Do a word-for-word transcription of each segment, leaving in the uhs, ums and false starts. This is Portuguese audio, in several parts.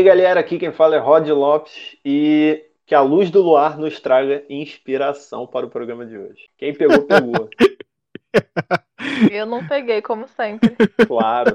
aí, galera, aqui quem fala é Rod Lopes e que a luz do luar nos traga inspiração para o programa de hoje. Quem pegou, pegou. Eu não peguei, como sempre. Claro.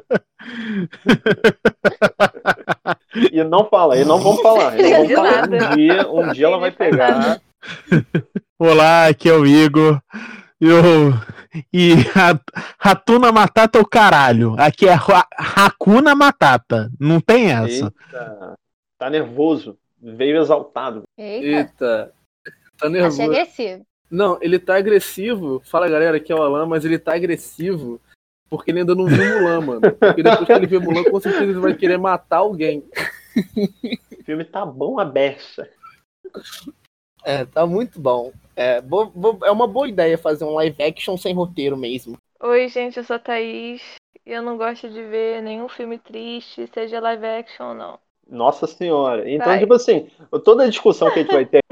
E não fala, e não vamos falar, e não vamos falar. Um dia, um dia ela vai pegar. Olá, aqui é o Igor. Eu... E Ratuna Matata é o caralho. Aqui é Hakuna Matata. Não tem essa. Eita, tá nervoso. Veio exaltado. Eita. Eita. Tá nervoso. Achei agressivo. Não, ele tá agressivo. Fala, galera, aqui é o Alan, mas ele tá agressivo porque ele ainda não viu Mulan, mano. Porque depois que ele ver Mulan, com certeza ele vai querer matar alguém. O filme tá bom a beça. É, tá muito bom. É, bo- bo- é uma boa ideia fazer um live action sem roteiro mesmo. Oi, gente, eu sou a Thaís e eu não gosto de ver nenhum filme triste, seja live action ou não. Nossa senhora. Então, Vai. tipo assim, toda a discussão que a gente vai ter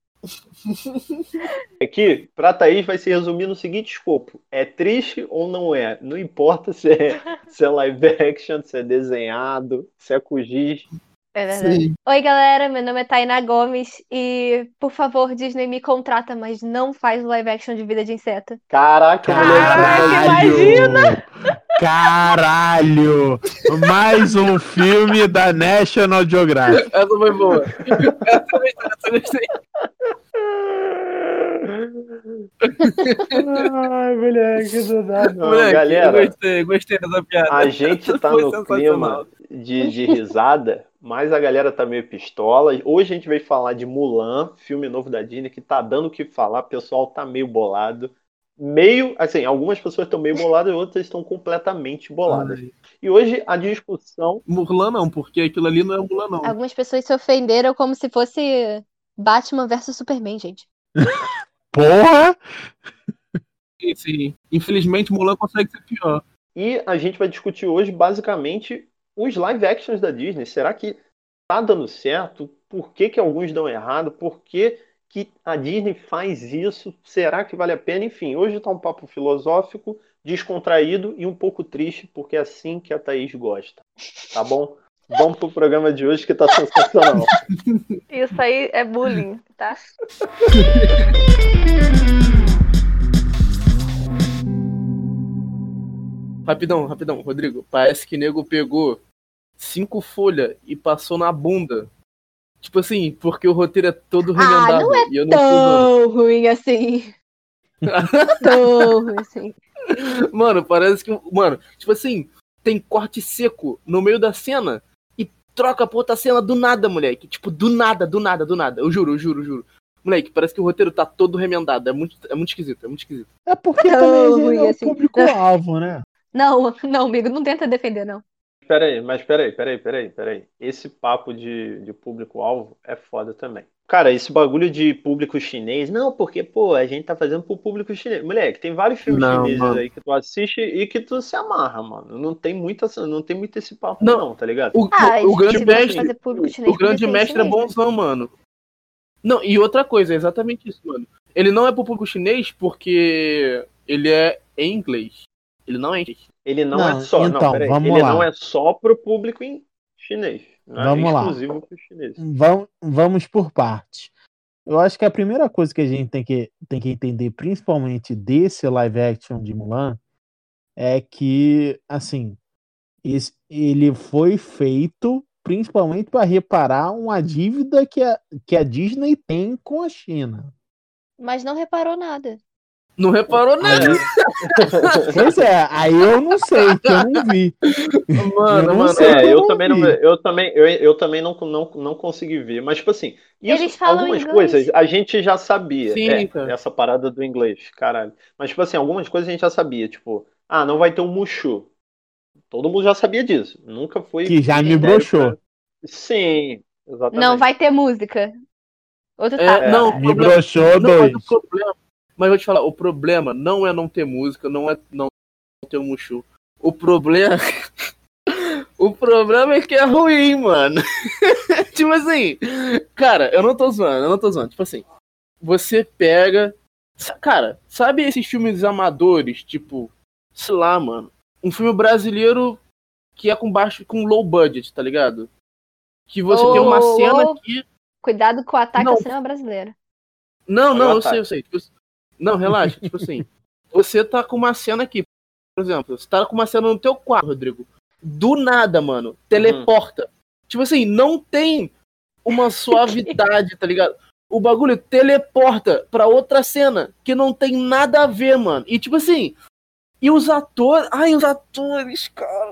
aqui, pra Thaís, vai se resumir no seguinte escopo. É triste ou não é? Não importa se é, se é live action, se é desenhado, se é com giz. É verdade. Oi, galera, meu nome é Tainá Gomes e, por favor, Disney me contrata, mas não faz live action de Vida de Inseto. Caraca, Caralho! Caralho! Mais um filme da National Geographic. Essa foi boa. Essa foi essa gostei. Ai, moleque, não dá não. Moleque, Galera, eu gostei, gostei dessa piada. a gente tá Foi no sensacional. clima de, de risada, mas a galera tá meio pistola. Hoje a gente vai falar de Mulan, filme novo da Disney, que tá dando o que falar. O pessoal tá meio bolado. Meio, assim, algumas pessoas estão meio boladas, outras estão completamente boladas. Ai. E hoje a discussão... Mulan não, porque aquilo ali não é Mulan não. Algumas pessoas se ofenderam como se fosse Batman versus Superman, gente. Porra! Sim, sim. Infelizmente Mulan consegue ser pior. E a gente vai discutir hoje, basicamente, os live actions da Disney. Será que tá dando certo? Por que que alguns dão errado? Por que que a Disney faz isso? Será que vale a pena? Enfim, hoje tá um papo filosófico, descontraído e um pouco triste, porque é assim que a Thaís gosta. Tá bom? Vamos pro programa de hoje que tá sensacional. Isso aí é bullying, tá? Rapidão, rapidão, Rodrigo. Parece que nego pegou cinco folhas e passou na bunda. Tipo assim, porque o roteiro é todo remendado. Ah, não é e eu não tô usando. tão ruim assim. Não é tão ruim assim. Mano, parece que. Mano, tipo assim, tem corte seco no meio da cena e troca pra outra cena do nada, moleque. Tipo, do nada, do nada, do nada. Eu juro, eu juro, eu juro. Moleque, parece que o roteiro tá todo remendado. É muito, é muito esquisito, é muito esquisito. É porque Tão também ruim é o assim. público-alvo, né? Não, não, amigo, não tenta defender, não. Peraí, mas peraí, peraí, peraí, peraí. Esse papo de, de público-alvo é foda também. Cara, esse bagulho de público chinês, não, porque, pô, a gente tá fazendo pro público chinês. Moleque, tem vários filmes Não, chineses mano. aí que tu assiste e que tu se amarra, mano. Não tem muita, não tem muito esse papo, não, Não. tá ligado? O, Ah, o, o grande se você mestre. fazer público chinês, O grande podia ser mestre é chinês, né? bonzão, mano. Não, e outra coisa, é exatamente isso, mano. Ele não é pro público chinês porque ele é em inglês. Ele não é em inglês. Ele não, Não, é só, então, não, peraí. vamos Ele lá. não é só pro público em chinês. Não é Vamos lá. exclusivo pro chinês. Vamos, vamos por partes. Eu acho que a primeira coisa que a gente tem que, tem que entender, principalmente desse live action de Mulan, é que, assim, esse- ele foi feito principalmente para reparar uma dívida que a, que a Disney tem com a China. Mas não reparou nada. Não reparou nada. Pois é, aí eu não sei, que eu não vi. Mano, Eu não mano. sei. É, que eu eu não também não, vi. eu também, eu, eu também não, não, não consegui ver, mas tipo assim, isso, Eles falam algumas inglês. coisas a gente já sabia, Sim, é, cara. essa parada do inglês, caralho. Mas tipo assim, algumas coisas a gente já sabia, tipo, ah, não vai ter um Mushu. Todo mundo já sabia disso, nunca foi Que já me mistério broxou. pra- Sim, exatamente. Não vai ter música. Outro É, tá. não, o Me problema, broxou não, mas dois. o problema. Mas eu vou te falar, o problema não é não ter música, não é não ter um Mushu. O problema. O problema é que é ruim, mano. Tipo assim, cara, eu não tô zoando, eu não tô zoando. Tipo assim, você pega. Cara, sabe esses filmes amadores, tipo, sei lá, mano. Um filme brasileiro que é com baixo, com low budget, tá ligado? que você tem uma Ô, cena ô, que... Cuidado com o ataque Não. ao cinema brasileiro. Não, Olha não, o eu ataque. sei, eu sei. Tipo, não, relaxa. Tipo assim, você tá com uma cena aqui, por exemplo, você tá com uma cena no teu quarto, Rodrigo. Do nada, mano, teleporta. Tipo assim, não tem uma suavidade, tá ligado? O bagulho teleporta pra outra cena que não tem nada a ver, mano. E tipo assim, e os atores... Ai, os atores, cara...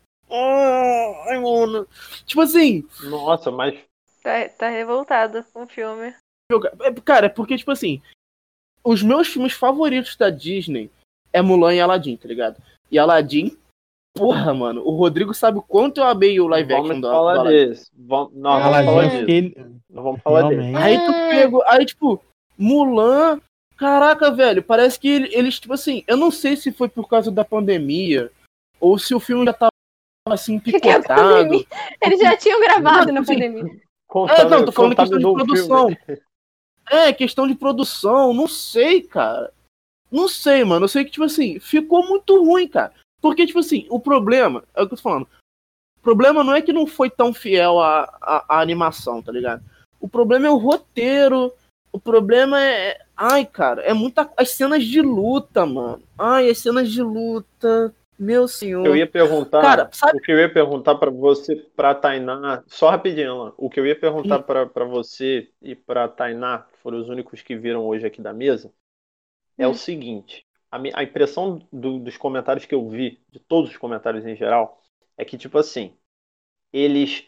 Ai, mano... Tipo assim... Nossa, mas Tá, tá revoltada com o filme. Cara, é porque, tipo assim... Os meus filmes favoritos da Disney é Mulan e Aladdin, tá ligado? E Aladdin... Porra, mano, o Rodrigo sabe o quanto eu amei o live vamos action do, do falar Aladdin. desse. Vamos... Não, vamos Aladdin, falar acho disso. que ele. Não vamos falar dele. Realmente. Aí tu pegou, aí tipo, Mulan, caraca, velho, parece que ele- eles, tipo assim, eu não sei se foi por causa da pandemia, ou se o filme já tava assim, Que que é a picotado. pandemia? Eles já tinham gravado na Sim. pandemia. É, não, tô falando questão de Contaminou o produção. filme. É, questão de produção, não sei, cara. Não sei, mano, eu sei que, tipo assim, ficou muito ruim, cara. Porque, tipo assim, o problema, é o que eu tô falando, o problema não é que não foi tão fiel à, à, à animação, tá ligado? O problema é o roteiro, o problema é... Ai, cara, é muita... As cenas de luta, mano. Ai, as cenas de luta, meu senhor. Eu ia perguntar, Cara, sabe... o que eu ia perguntar pra você, pra Tainá, só rapidinho, Alan, o que eu ia perguntar Hum. pra pra você e pra Tainá, que foram os únicos que viram hoje aqui da mesa, é Hum. o seguinte, a, mi- a impressão do- dos comentários que eu vi, de todos os comentários em geral, é que, tipo assim, eles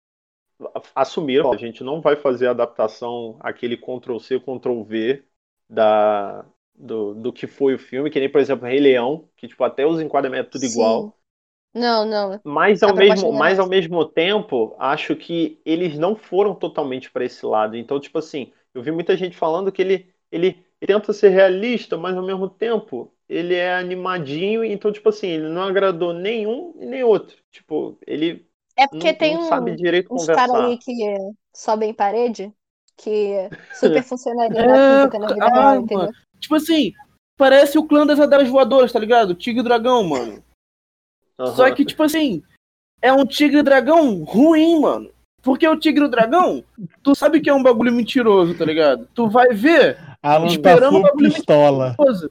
assumiram, a gente não vai fazer a adaptação, aquele control C, control V da, do, do que foi o filme, que nem, por exemplo, Rei Leão, que tipo, até os enquadramentos é tudo Sim. igual. Não, não. Mas A ao proposta mesmo, não era mas ao essa. mesmo tempo, acho que eles não foram totalmente para esse lado. Então, tipo assim, eu vi muita gente falando que ele, ele tenta ser realista, mas ao mesmo tempo ele é animadinho. Então, tipo assim, ele não agradou nenhum e nem outro. Tipo, ele É porque não, tem não sabe um- direito uns caras aí conversar. que sobem parede que super funcionaria na É, física, na vida ai, real, mano. entendeu? Tipo assim, parece o clã das adagas voadoras, tá ligado? Tigre e Dragão, mano. Só Aham. que, tipo assim, é um tigre e dragão ruim, mano. Porque o tigre e o dragão, tu sabe que é um bagulho mentiroso, tá ligado? Tu vai ver Alan tá esperando um full bagulho pistola. mentiroso.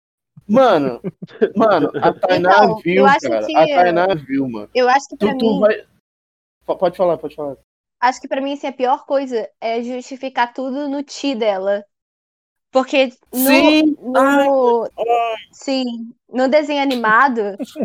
Mano, mano, a Tainá Então, viu, eu acho cara. que A Tainá viu, mano. eu acho que pra Tu, tu mim, vai. P- Pode falar, pode falar. acho que para mim assim, a pior coisa é justificar tudo no ti dela. Porque no, Sim! Ai, no, sim, no desenho animado,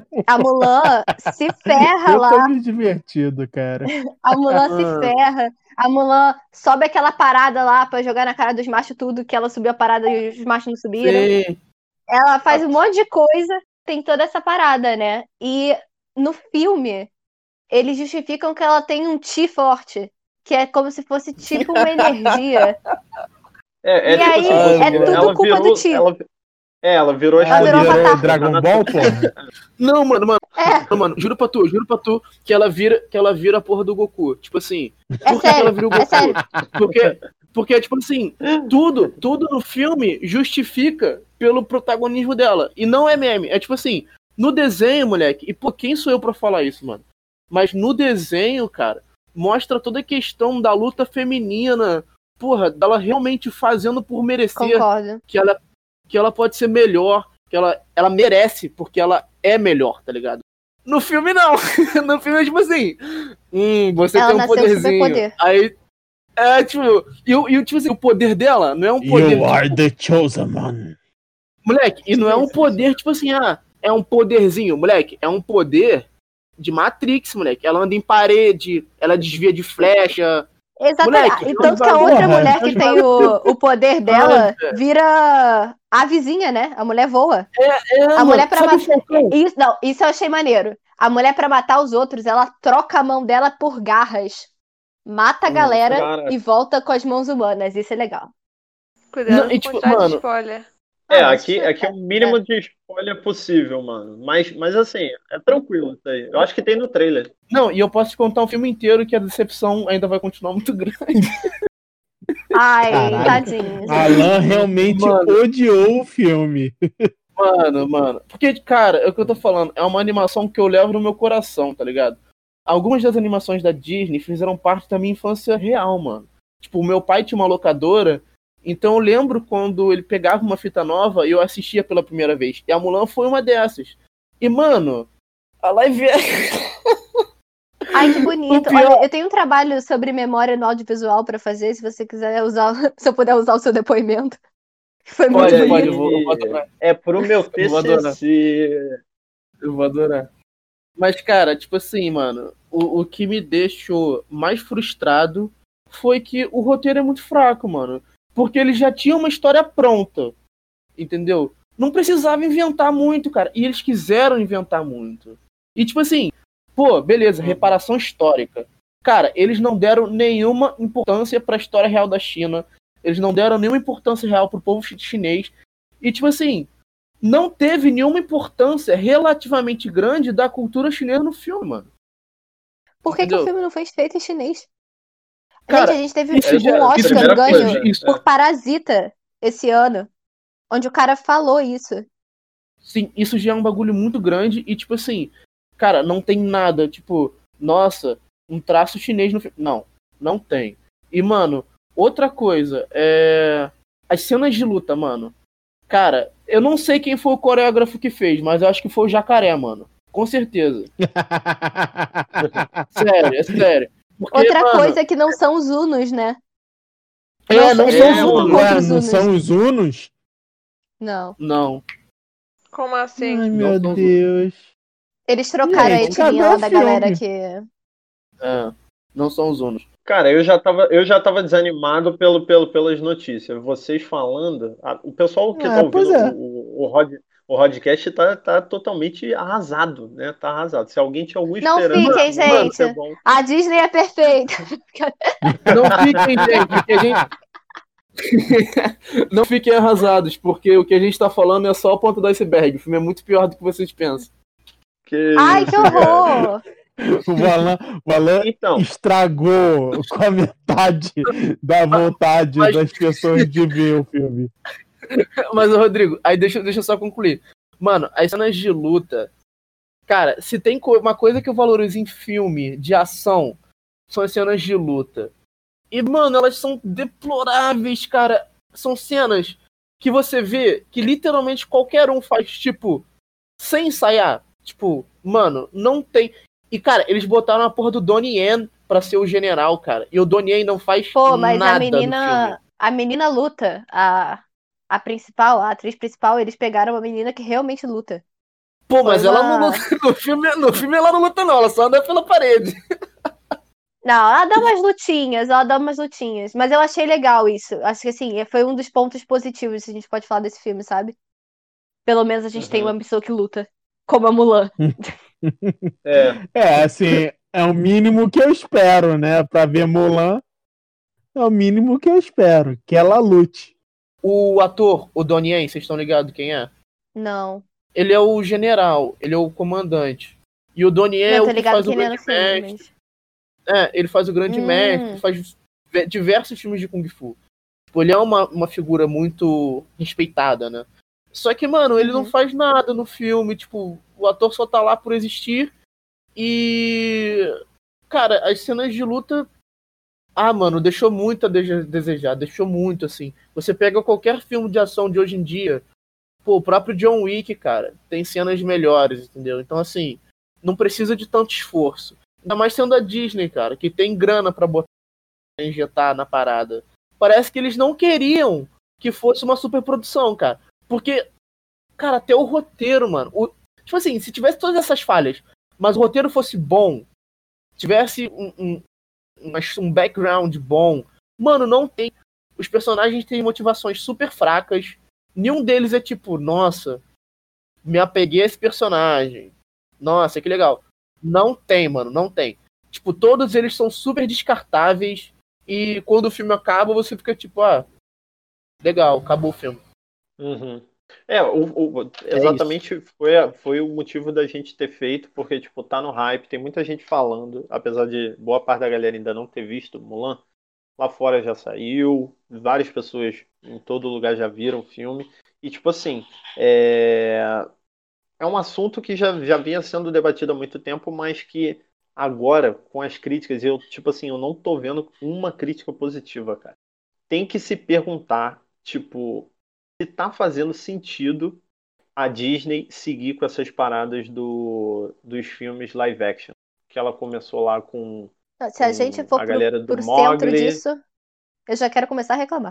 a Mulan se ferra Eu tô lá. me divertindo, cara. A Mulan se Ah. ferra. A Mulan sobe aquela parada lá pra jogar na cara dos machos tudo, que ela subiu a parada e os machos não subiram. sim. Ela faz um monte de coisa, tem toda essa parada, né? E no filme, eles justificam que ela tem um ti forte, que é como se fosse tipo uma energia. É, é E tipo aí, assim, é você- tudo ela culpa do virou, Ti. ela, é, ela virou Ela virou tipo, Avatar. Dragon Ball, porra. Não, mano, mano, É, mano, juro pra tu, juro pra tu que ela vira, que ela vira a porra do Goku. Tipo assim, é por que que ela vira o sério, é Goku? sério. Porque, porque, tipo assim, tudo, tudo no filme justifica pelo protagonismo dela. E não é meme. É tipo assim, no desenho, moleque, e pô, quem sou eu pra falar isso, mano? Mas no desenho, cara, mostra toda a questão da luta feminina, porra, dela realmente fazendo por merecer Concordo. que ela, que ela pode ser melhor, que ela, ela merece, porque ela é melhor, tá ligado? No filme, não. No filme é tipo assim, hum, você Ela tem um nasceu poderzinho. superpoder. Aí, é, tipo, e, o- e o- tipo assim, o poder dela não é um poder, You are tipo, the chosen one. moleque, e não é um Isso. poder, tipo assim, ah, é um poderzinho, moleque, é um poder de Matrix, moleque. Ela anda em parede, ela desvia de flecha. Exatamente. Moleque, E tanto que a porra, outra porra, mulher que mas tem o, o poder dela velho. vira a vizinha, né? A mulher voa. É, A mano, mulher pra sabe o matar. Falcão? Isso, não, isso eu achei maneiro. A mulher pra matar os outros, ela troca a mão dela por garras. Mata a Hum, galera cara. e volta com as mãos humanas. Isso é legal. Cuidado Não, com e, a tipo, quantidade de mano, spoiler. É, Ah, mas aqui, aqui é o mínimo de spoiler possível, mano. Mas, mas assim, é tranquilo isso aí. Eu acho que tem no trailer. não, e eu posso te contar um filme inteiro que a decepção ainda vai continuar muito grande. Ai, Caralho. tadinho. Alan realmente Mano. odiou o filme. Mano, mano. Porque, cara, é o que eu tô falando. É uma animação que eu levo no meu coração, tá ligado? algumas das animações da Disney fizeram parte da minha infância real, mano. Tipo, o meu pai tinha uma locadora, então eu lembro quando ele pegava uma fita nova e eu assistia pela primeira vez. E a Mulan foi uma dessas. E, mano, a live Ai, que bonito. O pior- Olha, eu tenho um trabalho sobre memória no audiovisual pra fazer, se você quiser usar, se eu puder usar o seu depoimento. Foi muito Pode, Olha, pode, bonito. eu vou, eu vou adorar. é pro meu Eu vou adorar. T C C. Eu vou adorar. Mas, cara, tipo assim, mano, o, o que me deixou mais frustrado foi que o roteiro é muito fraco, mano. Porque eles já tinham uma história pronta, entendeu? Não precisava inventar muito, cara. E eles quiseram inventar muito. E, tipo assim, pô, beleza, reparação histórica. Cara, eles não deram nenhuma importância pra história real da China. Eles não deram nenhuma importância real pro povo chinês. E, tipo assim, não teve nenhuma importância relativamente grande da cultura chinesa no filme, mano. Por que, que Entendeu? o filme não foi feito em chinês? Cara, Gente, a gente teve isso já- um Oscar primeira ganho coisa, isso- por Parasita esse ano, onde o cara falou isso. Sim, isso já é um bagulho muito grande e, tipo assim, cara, não tem nada, tipo, nossa, um traço chinês no filme. Não, não tem. E, mano, outra coisa, é. As cenas de luta, mano. Cara, eu não sei quem foi o coreógrafo que fez, mas eu acho que foi o Jacaré, mano. Com certeza. Sério, é sério. Porque, Outra mano, coisa que não são os Unos, né? É, não eles são é, os não lutam Unos. contra Ué, os não Unos. são os Unos? Não. Não. Como assim? Ai, Não meu são os- Deus. Eles trocaram a Gente, etnia cada lá da galera filme. que. É, não são os Unos. Cara, eu já tava, eu já tava desanimado pelo, pelo, pelas notícias. Vocês falando, a- o pessoal que tá Ah, pois ouvindo é. o, o, o, Rod, o Podcast tá, tá totalmente arrasado, né? Tá arrasado. Se alguém tinha alguma Não esperança fiquem, de Mulan ser gente. bom, A Disney é perfeita. Não fiquem, gente, que a gente. Não fiquem arrasados, porque o que a gente tá falando é só a ponta do iceberg. O filme é muito pior do que vocês pensam. que Ai, isso, que cara. horror! O Valan, o Valan Então, estragou com a metade da vontade Mas- das pessoas de ver o filme. Mas, Rodrigo, aí deixa, deixa eu só concluir. Mano, as cenas de luta. Cara, se tem co- uma coisa que eu valorizo em filme de ação, são as cenas de luta. E, mano, elas são deploráveis, cara. São cenas que você vê que literalmente qualquer um faz, tipo, sem ensaiar. Tipo, mano, não tem. E, cara, eles botaram a porra do Donnie Yen pra ser o general, cara. E o Donnie Yen não faz Pô, mas nada a no filme. menina. A menina luta. A, a principal, a atriz principal, eles pegaram uma menina que realmente luta. Pô, mas Foi ela uma- não luta. No filme, no filme ela não luta, não. Ela só anda pela parede. Não, ela dá umas lutinhas, ela dá umas lutinhas. Mas eu achei legal isso. Acho que assim, foi um dos pontos positivos, se a gente pode falar desse filme, sabe? Pelo menos a gente Uhum. tem uma pessoa que luta. Como a Mulan. é, É, assim, é o mínimo que eu espero, né? Pra ver Mulan, é o mínimo que eu espero, que ela lute. O ator, o Donnie Yen, vocês estão ligados quem é? Não. Ele é o general, ele é o comandante. E o Donnie Yen é Não, o tô que ligado faz o que ele é grande no filme, mestre. mas. É, ele faz o grande Hum. mestre, faz ve- diversos filmes de Kung Fu. Tipo, ele é uma, uma figura muito respeitada, né? Só que, mano, ele não Uhum. faz nada no filme, tipo, o ator só tá lá por existir. E. Cara, as cenas de luta. Ah, mano, deixou muito a dese- desejar, deixou muito, assim. Você pega qualquer filme de ação de hoje em dia, pô, o próprio John Wick, cara, tem cenas melhores, entendeu? Então, assim, não precisa de tanto esforço. Ainda mais sendo a Disney, cara, que tem grana pra botar, injetar na parada. Parece que eles não queriam que fosse uma superprodução, cara. Porque, cara, até o roteiro, mano. O, tipo assim, se tivesse todas essas falhas, mas o roteiro fosse bom, tivesse um, um, um, um background bom, mano, não tem. Os personagens têm motivações super fracas. Nenhum deles é tipo, nossa, me apeguei a esse personagem. Nossa, que legal. Não tem, mano, não tem. Tipo, todos eles são super descartáveis. E quando o filme acaba, você fica tipo, ah, legal, acabou o filme. Uhum. É, o, o- exatamente foi, a- foi o motivo da gente ter feito, porque, tipo, tá no hype, tem muita gente falando, apesar de boa parte da galera ainda não ter visto Mulan, lá fora já saiu, várias pessoas em todo lugar já viram o filme, e, tipo assim, é, é um assunto que já, já vinha sendo debatido há muito tempo, mas que agora, com as críticas, eu, tipo assim, eu não tô vendo uma crítica positiva, cara. Tem que se perguntar, tipo, se tá fazendo sentido a Disney seguir com essas paradas do, dos filmes live action. Que ela começou lá com, Se a com gente for a pro, galera do pro centro Mowgli. disso, eu já quero começar a reclamar.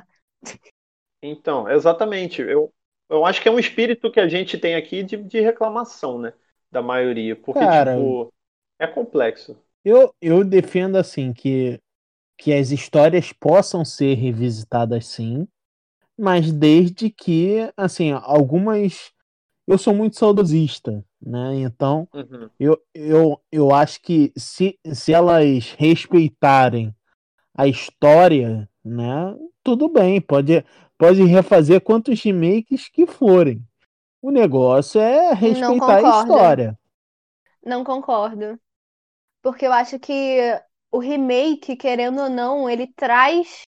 Então, exatamente. Eu, eu acho que é um espírito que a gente tem aqui de, de reclamação, né? Da maioria. Porque, Cara, tipo, é complexo. eu, eu defendo assim que, que as histórias possam ser revisitadas sim, mas desde que, assim, algumas. Eu sou muito saudosista, né? Então, Uhum. eu, eu, eu acho que se, se elas respeitarem a história, né? Tudo bem, pode, pode refazer quantos remakes que forem. O negócio é Não respeitar a concordo. história. Não concordo. Porque eu acho que o remake, querendo ou não, ele traz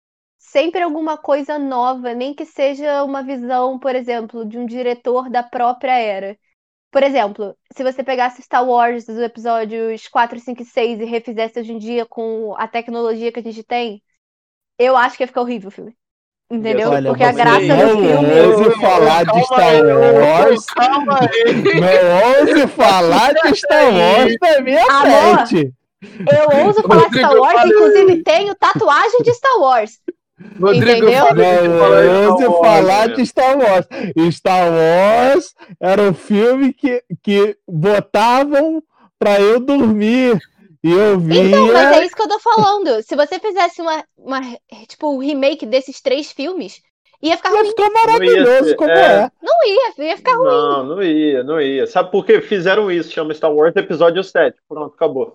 sempre alguma coisa nova, nem que seja uma visão, por exemplo, de um diretor da própria era. Por exemplo, se você pegasse Star Wars dos episódios quatro, cinco e seis e refizesse hoje em dia com a tecnologia que a gente tem, eu acho que ia ficar horrível o filme. Entendeu? Ia ser Porque a totalmente graça do diferente. filme. Não ouse falar de Star Wars. Calma aí. Não ouse falar de Star Wars na minha Amor, frente. Eu ouso falar de Star Rodrigo, Wars, eu falei. inclusive tenho tatuagem de Star Wars. Rodrigo, Entendeu? eu falei que Não falar de ouse Star Wars, falar né? de Star Wars. Star Wars era um filme que, que botavam pra eu dormir. E eu via. Então, mas é isso que eu tô falando. Se você fizesse uma, uma tipo, um remake desses três filmes, ia ficar Ia ruim. ficar Não ia maravilhoso ser, como é, é. Não ia, ia ficar ruim. Não, não ia, não ia. Sabe por que fizeram isso? Chama Star Wars Episódio sete. Pronto, acabou.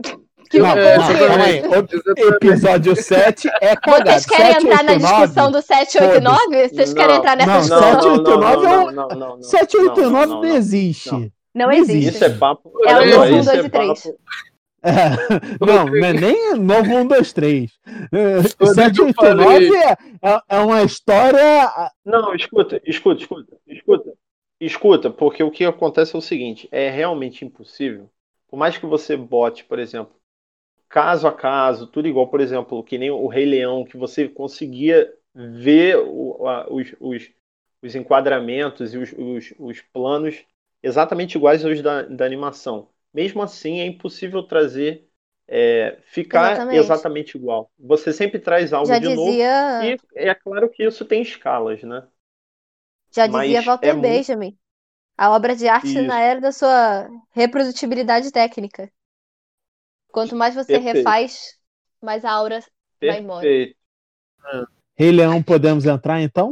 Que Eu- Não, é, não, porque calma aí. exatamente. O Exatamente. episódio sete é cagado. vocês querem sete, entrar na oito, discussão nove, do sete, oito e nove? Vocês querem Não, entrar nessa Não, não, discussão? sete, oito, não, nove não, é não, um. não, não, não, sete, oito, não, não, nove não, não não. existe. Não Não existe. Isso é papo. É o Olha, novo um, isso dois é e três. papo. É, não, não é nem novo um, dois, três. Rodrigo, sete, eu oito, falei. nove é, é, é uma história. Não, escuta, escuta, escuta, escuta. Escuta, porque o que acontece é o seguinte, é realmente impossível. Por mais que você bote, por exemplo, caso a caso, tudo igual, por exemplo, que nem o Rei Leão, que você conseguia ver o- a- os, os, os enquadramentos e os, os, os planos exatamente iguais aos da, da animação. Mesmo assim, é impossível trazer, é, ficar Exatamente. exatamente igual. Você sempre traz algo Já de novo, dizia, e é claro que isso tem escalas, né? já Mas dizia é Walter muito Benjamin. A obra de arte na isso, era da sua reprodutibilidade técnica. Quanto mais você perfeito, refaz, mais a aura vai embora. perfeito. Rei Leão, podemos entrar então?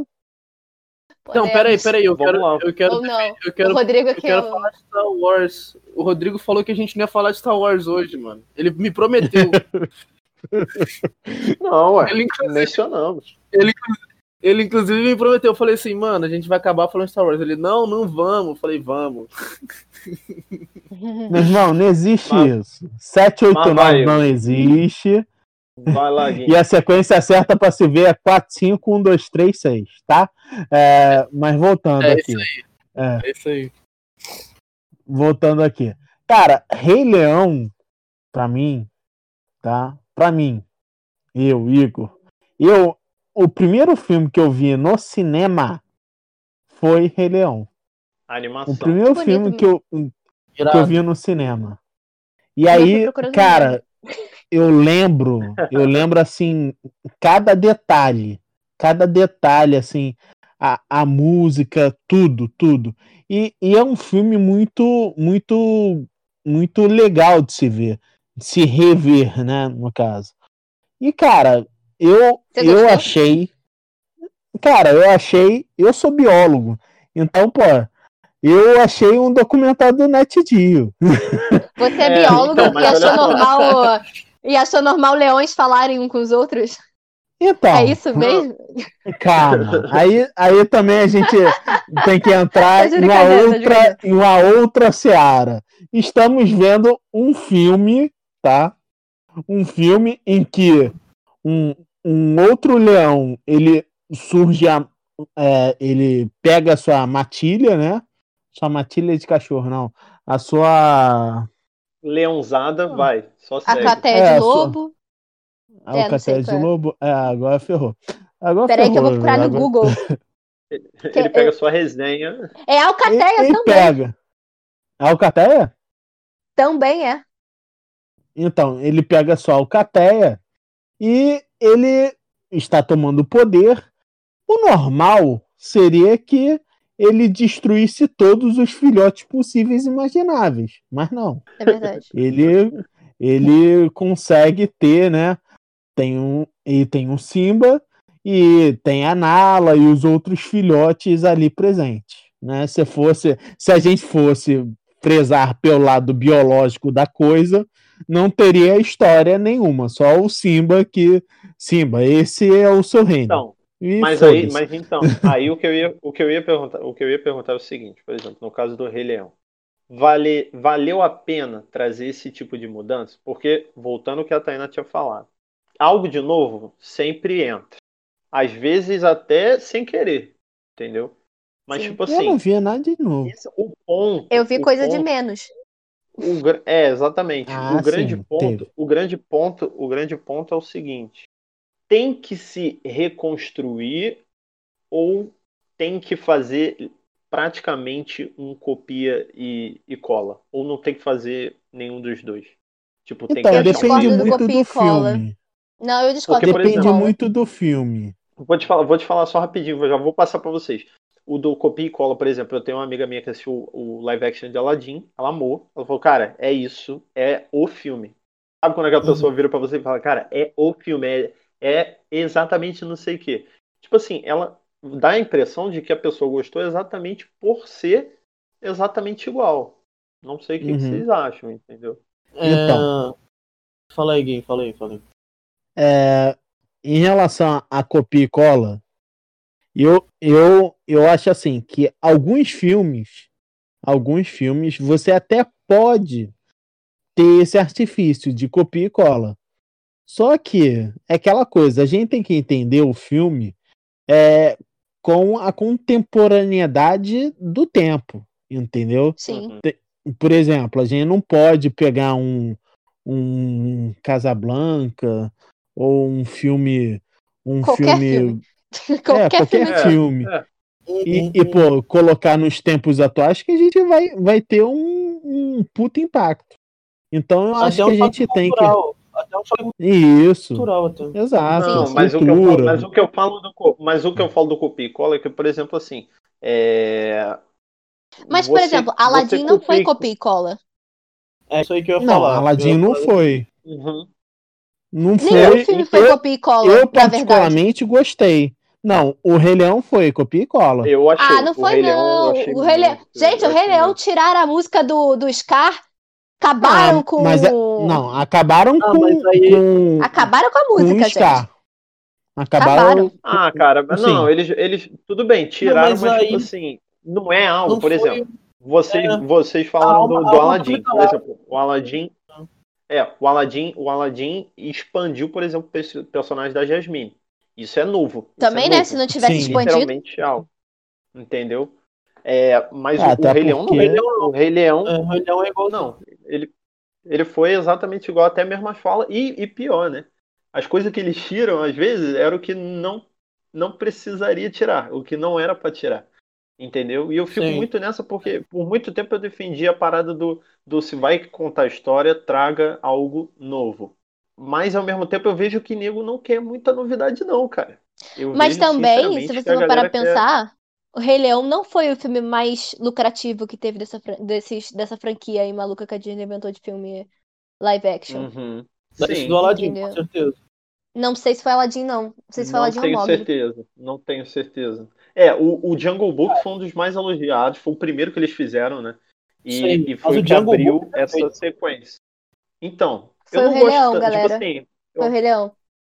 Não, peraí, Podemos. peraí. Eu Vamos quero, lá. eu quero, Ou não. eu quero, o Rodrigo eu que quero eu... falar de Star Wars. O Rodrigo falou que a gente não ia falar de Star Wars hoje, mano. Ele me prometeu. Não, ué, Ele, inclusive, mencionamos. ele, ele, inclusive, me prometeu. Eu falei assim, mano, a gente vai acabar falando de Star Wars. Ele, não, não vamos. Eu falei, vamos. Meu irmão, não existe Mas- isso. sete, oito, mas nove vai, não existe. Vai lá, Gui. E a sequência certa para se ver é quatro, cinco, um, dois, três, seis, tá? É, mas voltando É aqui. isso aí. É, É isso aí. voltando aqui. Cara, Rei Leão, pra mim, tá? Pra mim, eu, Igor, eu, o primeiro filme que eu vi no cinema foi Rei Leão. A O animação. primeiro Bonito filme que eu, que eu Irado. vi no cinema. E Eu fui aí, procurando cara, eu lembro, eu lembro assim, cada detalhe, cada detalhe, assim, a, a música, tudo, tudo. E, e é um filme muito, muito, muito legal de se ver, de se rever, né, no caso. E, cara, eu, Você eu gostou? achei, cara, eu achei, eu sou biólogo, então, pô, eu achei um documentário do Net Geo. Você é, É, biólogo então, e mas achou olha só. normal e achou normal leões falarem uns com os outros? Então, É isso mesmo? calma. Aí, aí também a gente tem que entrar Tá de em uma brincadeira, tá de outra, brincadeira. em uma outra seara. Estamos vendo um filme, tá? Um filme em que um, um outro leão, ele surge, a, é, ele pega a sua matilha, né? Sua matilha de cachorro, não. A sua... Leãozada, vai. Só A segue. Cateia É, de só- Lobo. Ah, É, o não sei Cateia de qual é. Lobo. É, agora ferrou. Agora Peraí que eu vou ferrou. procurar no Agora... Google. Que Ele pega eu- a sua resenha. É E, Alcateia e também. pega. A Alcateia? Também é. Então, ele pega só a Alcateia e ele está tomando poder. O normal seria que ele destruísse todos os filhotes possíveis e imagináveis. Mas não. É verdade. Ele, ele consegue ter, né? Tem um, e tem um Simba e tem a Nala e os outros filhotes ali presentes, né? Se fosse, se a gente fosse prezar pelo lado biológico da coisa, não teria história nenhuma, só o Simba que Simba, esse é o seu reino. Então, E mas aí, foda-se. mas então, aí o que eu ia, o que eu ia perguntar, o que eu ia perguntar é o seguinte, por exemplo, no caso do Rei Leão, vale, valeu a pena trazer esse tipo de mudança? Porque, voltando ao que a Taina tinha falado, algo de novo sempre entra. Às vezes até sem querer, entendeu? Mas, Sim. tipo Eu não assim, via nada de novo. esse- o ponto, Eu vi o coisa de ponto, menos. o, gra- é, exatamente. O Ah, grande sim, ponto, teve. o grande ponto, o grande ponto é o seguinte: tem que se reconstruir ou tem que fazer praticamente um copia e, e cola? Ou não tem que fazer nenhum dos dois? Tipo, tem que Então, Eu achar um depende meio discordo do muito termo. copia do e cola. filme. Não, eu discordo Porque, do por copia e Depende exemplo, cola. muito do filme. vou te falar, vou te falar só rapidinho, eu já vou passar pra vocês. O do copia e cola, por exemplo, eu tenho uma amiga minha que assistiu o live action de Aladdin, ela amou. Ela falou, cara, é isso, é o filme. Sabe quando aquela pessoa Uhum. vira pra você e fala, cara, é o filme, é, é exatamente não sei o quê. Tipo assim, ela dá a impressão de que a pessoa gostou exatamente por ser exatamente igual. Não sei o que, que Uhum. vocês acham, entendeu? Então, É... Fala aí, Gui, fala aí, fala aí. é, em relação a copia e cola, eu, eu, eu acho assim que alguns filmes, alguns filmes, você até pode ter esse artifício de copia e cola. Só que é aquela coisa, a gente tem que entender o filme é, com a contemporaneidade do tempo, entendeu? Sim. Uhum. Por exemplo, a gente não pode pegar um, um Casablanca ou um filme, um Qualquer filme. filme, é, Qualquer qualquer filme. É, filme, é. e, e pô, colocar nos tempos atuais que a gente vai, vai ter um, um puto impacto. Então eu acho Até que um a choque gente tem que. cultural. Até um choque Isso, cultural, até. exato, Não, Sim. mas o que eu falo, cultura. mas o que eu falo do, co- mas o que eu falo do copia e cola é que, por exemplo, assim, é, Mas, por você, exemplo, você Aladdin não foi copia. copia e cola. É isso aí que eu ia Não, falar. Eu Aladdin ia não falar foi. Uhum. Não Nenhum É, foi. filme foi então, Eu, copia e cola, eu na verdade. particularmente gostei. Não, o Rei Leão foi copia e cola. eu Ah, achei. não O foi Rei Leão eu não. achei O Rei Leão... muito. Gente, Eu o Rei achei Leão muito. tiraram a música do, do Scar, acabaram Ah, mas é- com. não, acabaram Ah, mas com aí. com Acabaram com a com o música, gente. Scar. Acabaram Acabaram. Ah, cara, com, mas não, sim. eles, eles. Tudo bem, Não, tiraram, mas mas, tipo aí assim, não é algo. não Por foi. exemplo, vocês, É, vocês a falaram alma, do, a do alma tá Aladdin. muito Por lá. exemplo, o Aladdin. É, o Aladdin, o Aladdin expandiu, por exemplo, o personagem da Jasmine. Isso é novo. Isso é Também, né? Se novo. não tivesse Sim. expandido. Literalmente algo. Entendeu? É, mas É, o, o até Rei Leão O não. Rei porque Leão O não. Rei Leão, É, o Rei Leão é igualzinho. não. Ele, ele foi exatamente igual, até mesmo as falas. E, e pior, né? As coisas que eles tiram, às vezes, era o que não, não precisaria tirar. O que não era pra tirar. Entendeu? E eu fico Sim. muito nessa porque por muito tempo eu defendi a parada do, do se vai contar a história, traga algo novo. Mas ao mesmo tempo eu vejo que nego não quer muita novidade, não, cara. Eu Mas vejo também, se sinceramente que você a for parar galera pra quer. pensar, o Rei Leão não foi o filme mais lucrativo que teve dessa, fran- desses, dessa franquia aí maluca que a Disney inventou de filme live action. Uhum. Esse do Sim, Aladdin, com Entendeu? certeza. Não sei se foi Aladdin, não. Não sei se foi não Aladdin ou tenho Mogli. certeza. Não tenho certeza. É, o, o Jungle Book foi um dos mais elogiados, foi o primeiro que eles fizeram, né? E, Sim. e Mas foi o o que Jungle Book abriu é essa perfeito. sequência. Então, eu Foi o não Rei gosto Leão, tanto. Tipo galera. assim, Foi o eu, Rei Leão.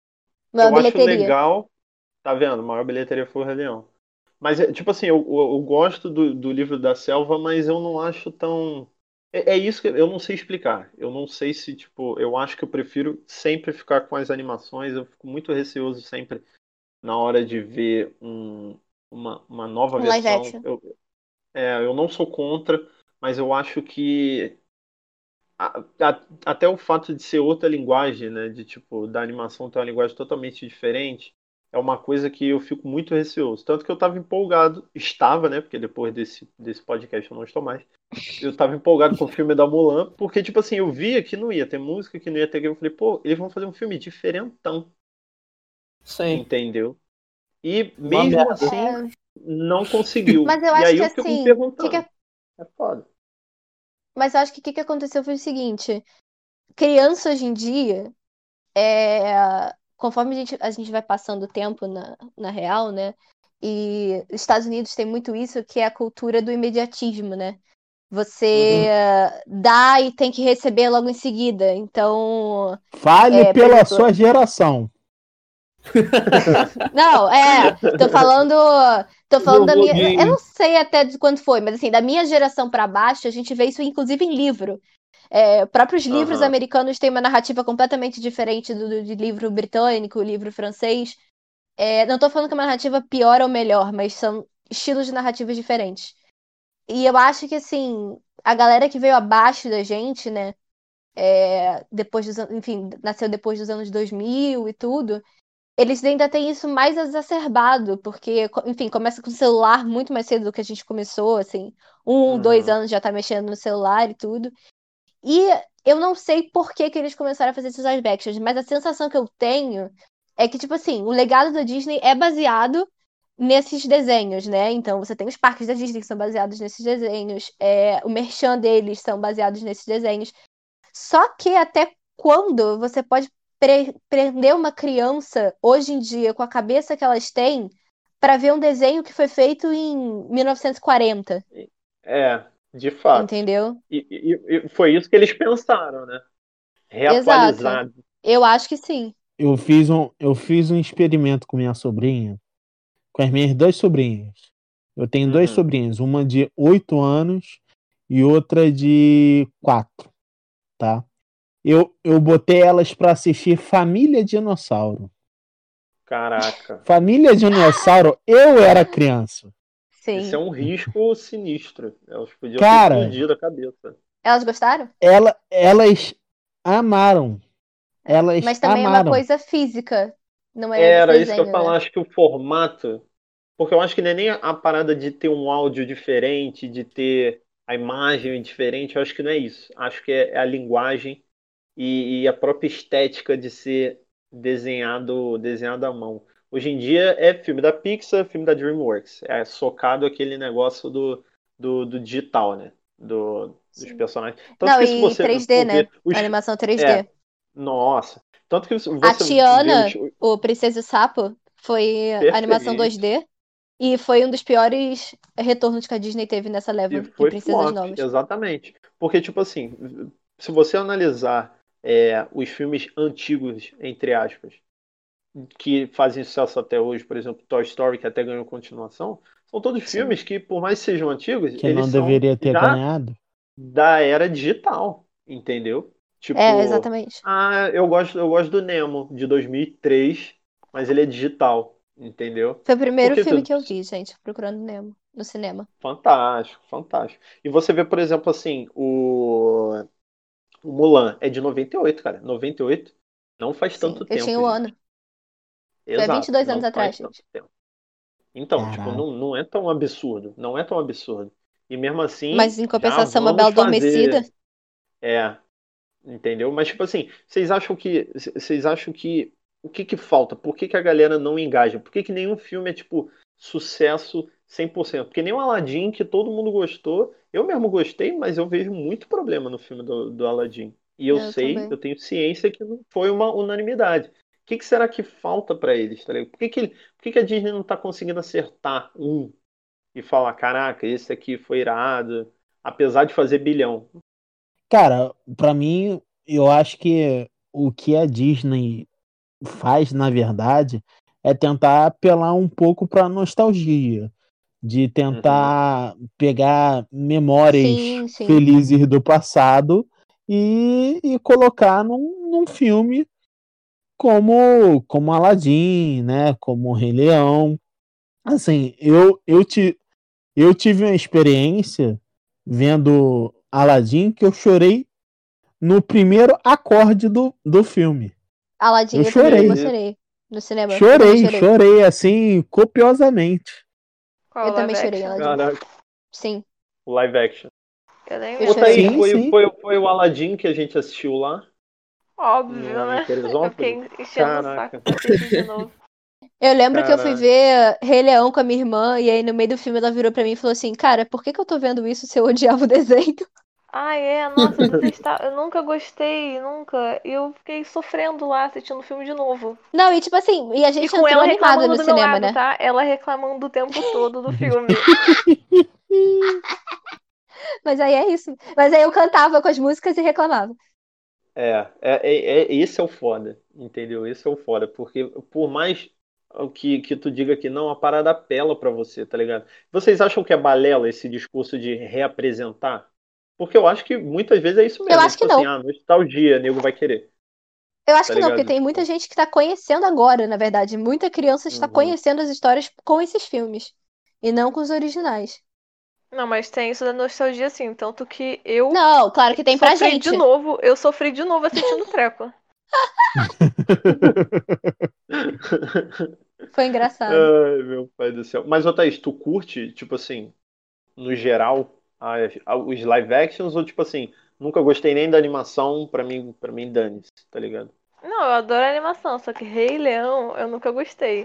Maior eu acho bilheteria. legal. Tá vendo? A maior bilheteria foi o Rei Leão. Mas, é, tipo assim, eu, eu, eu gosto do, do livro da Selva, mas eu não acho tão. É, é isso que eu não sei explicar. Eu não sei se, tipo, eu acho que eu prefiro sempre ficar com as animações. Eu fico muito receoso sempre na hora de ver um, uma, uma nova Um live versão. action. Eu, é, eu não sou contra, mas eu acho que a- a- até o fato de ser outra linguagem, né? De tipo, da animação ter uma linguagem totalmente diferente, é uma coisa que eu fico muito receoso. Tanto que eu estava empolgado, estava, né? Porque depois desse, desse podcast eu não estou mais. Eu estava empolgado com o filme da Mulan, porque, tipo assim, eu via que não ia ter música, que não ia ter game. Eu falei, pô, eles vão fazer um filme diferentão, Sim. entendeu? E Uma mesmo merda. assim, É, não conseguiu. mas eu E acho aí que eu fico me assim, que que, perguntando. É foda. mas eu acho que o que, que aconteceu foi o seguinte: criança hoje em dia, é, conforme a gente, a gente vai passando o tempo na, na real, né? E os Estados Unidos tem muito isso, que é a cultura do imediatismo, né? Você Uhum. dá e tem que receber logo em seguida. Então, Fale é, por pela exemplo, sua geração. não, é, tô falando, tô falando da Vovô minha, eu Jim. não sei até de quando foi, mas assim, da minha geração pra baixo, a gente vê isso inclusive em livro. É, próprios livros Aham. americanos têm uma narrativa completamente diferente do, do de livro britânico, livro francês. É, não tô falando que é uma narrativa pior ou melhor, mas são estilos de narrativas diferentes. E eu acho que, assim, a galera que veio abaixo da gente, né, é, depois dos, an- enfim, nasceu depois dos anos dois mil e tudo, eles ainda têm isso mais exacerbado, porque, co- enfim, começa com o celular muito mais cedo do que a gente começou, assim, um, dois Uhum. anos já tá mexendo no celular e tudo. E eu não sei por que que eles começaram a fazer esses live actions, mas a sensação que eu tenho é que, tipo assim, o legado da Disney é baseado nesses desenhos, né? Então você tem os parques da Disney que são baseados nesses desenhos, é, o merchan deles são baseados nesses desenhos. Só que até quando você pode pre- prender uma criança hoje em dia com a cabeça que elas têm para ver um desenho que foi feito em mil novecentos e quarenta, É, de fato. entendeu? E, e- e foi isso que eles pensaram, né? Exato. Reatualizado. Eu acho que sim. Eu fiz um, eu fiz um experimento com minha sobrinha, com as minhas duas sobrinhas. Eu tenho duas Uhum. sobrinhas, uma de oito anos e outra de quatro, tá? Eu, eu botei elas para assistir Família Dinossauro. Caraca. Família Dinossauro, eu era criança. Esse é Sim. um risco sinistro. Elas podiam ter Cara, explodido a cabeça. Elas gostaram? ela, elas amaram. É. Elas Mas também é uma amaram. coisa física. Não é esse Era isso que eu ia desenho, falar. né? Acho que o formato. Porque eu acho que não é nem a parada de ter um áudio diferente, de ter a imagem diferente. Eu acho que não é isso. Acho que é é a linguagem e, e a própria estética de ser desenhado, desenhado à mão. Hoje em dia é filme da Pixar, filme da DreamWorks. É socado aquele negócio do, do, do digital, né? Do, dos Sim. personagens. Tanto Não, que se e você três D, for né? ver os. Animação É, três D. nossa. Tanto que se A você vê os. Tiana, o Princesa e o Sapo, foi animação Perfeito. dois D. E foi um dos piores retornos que a Disney teve nessa E leva de foi princesas flop, novas. exatamente. Porque, tipo assim, se você analisar é, os filmes antigos, entre aspas, que fazem sucesso até hoje, por exemplo, Toy Story, que até ganhou continuação, são todos Sim. filmes que, por mais que sejam antigos, Que eles não são deveria ter já ganhado. da era digital, entendeu? É, Tipo, exatamente. ah, eu gosto, eu gosto do Nemo, de dois mil e três, mas ele é digital, entendeu? Foi o primeiro Porque filme que eu vi, gente, Procurando Nemo, no cinema. fantástico, fantástico. E você vê, por exemplo, assim, o, o Mulan é de noventa e oito, cara. noventa e oito não faz Sim, tanto eu tinha tempo, um gente. ano. Foi há vinte e Exato, dois anos não atrás, faz tanto gente. tempo. Então, tipo, Caraca. não, não é tão absurdo. Não é tão absurdo. E mesmo assim, Mas em já compensação, uma Bela vamos Adormecida. fazer. É, entendeu? Mas, tipo assim, vocês acham que. Vocês acham que. O que que falta? Por que que a galera não engaja? Por que que nenhum filme é, tipo, sucesso cem por cento? Porque nem o Aladdin, que todo mundo gostou. Eu mesmo gostei, mas eu vejo muito problema no filme do, do Aladdin. E eu Eu sei, eu também. tenho ciência que não foi uma unanimidade. O que que será que falta pra eles, tá ligado? Por que que, ele- por que que a Disney não tá conseguindo acertar um e falar, caraca, esse aqui foi irado, apesar de fazer bilhão? Cara, pra mim, eu acho que o que a Disney faz, na verdade, é tentar apelar um pouco pra nostalgia, de Uhum. tentar pegar memórias Sim, sim. felizes do passado e, e colocar num, num filme como como Aladdin, né? Como Rei Leão. Assim, eu eu, ti, eu tive uma experiência vendo Aladdin que eu chorei no primeiro acorde do, do filme. Aladdin, Eu eu, também chorei. emocionei no cinema. Eu também Chorei, chorei, assim, copiosamente. Qual Eu também live chorei, action? Aladdin. Caraca, Sim. o live action. Eu nem Eu lembro. Ô, Thaís, chorei. Sim, foi, sim. foi, foi o Aladdin que a gente assistiu lá Óbvio, no, em né? Eu fiquei Teresópolis? enchendo o Caraca. saco pra assistir de novo. Eu lembro que eu fui Caraca. ver Rei Leão com a minha irmã, e aí no meio do filme ela virou pra mim e falou assim, cara, por que que eu tô vendo isso se eu odiava o desenho? Ah, é? Nossa, eu detestava. Eu nunca gostei, nunca. E eu fiquei sofrendo lá assistindo o filme de novo. Não, e tipo assim, e a E gente com entrou ela animado reclamando no do meu cinema, lado, né? tá? Ela reclamando o tempo todo do filme. Mas aí é isso. Mas aí eu cantava com as músicas e reclamava. É, é, é, é- esse é o foda, entendeu? Esse é o foda, porque por mais o que, que tu diga que não, a parada apela pra você, tá ligado? Vocês acham que é balela esse discurso de reapresentar? Porque eu acho que muitas vezes é isso Eu mesmo, é acho tipo que assim, não. ah, nostalgia, nego vai querer, Eu acho tá que não, porque ligado? tem muita Tipo, gente que tá conhecendo agora, na verdade. Muita criança está uhum. conhecendo as histórias com esses filmes. E não com os originais. Não, mas tem isso da nostalgia, assim. Tanto que eu Não, claro que tem pra sofri gente. de novo. Eu sofri de novo assistindo o treco. Foi engraçado. Ai, meu pai do céu. Mas, ô Thaís, tu curte, tipo assim, no geral, as- a- os live actions ou tipo assim, nunca gostei nem da animação, pra mim, pra mim dane-se, tá ligado? Não, eu adoro animação, só que Rei Leão eu nunca gostei.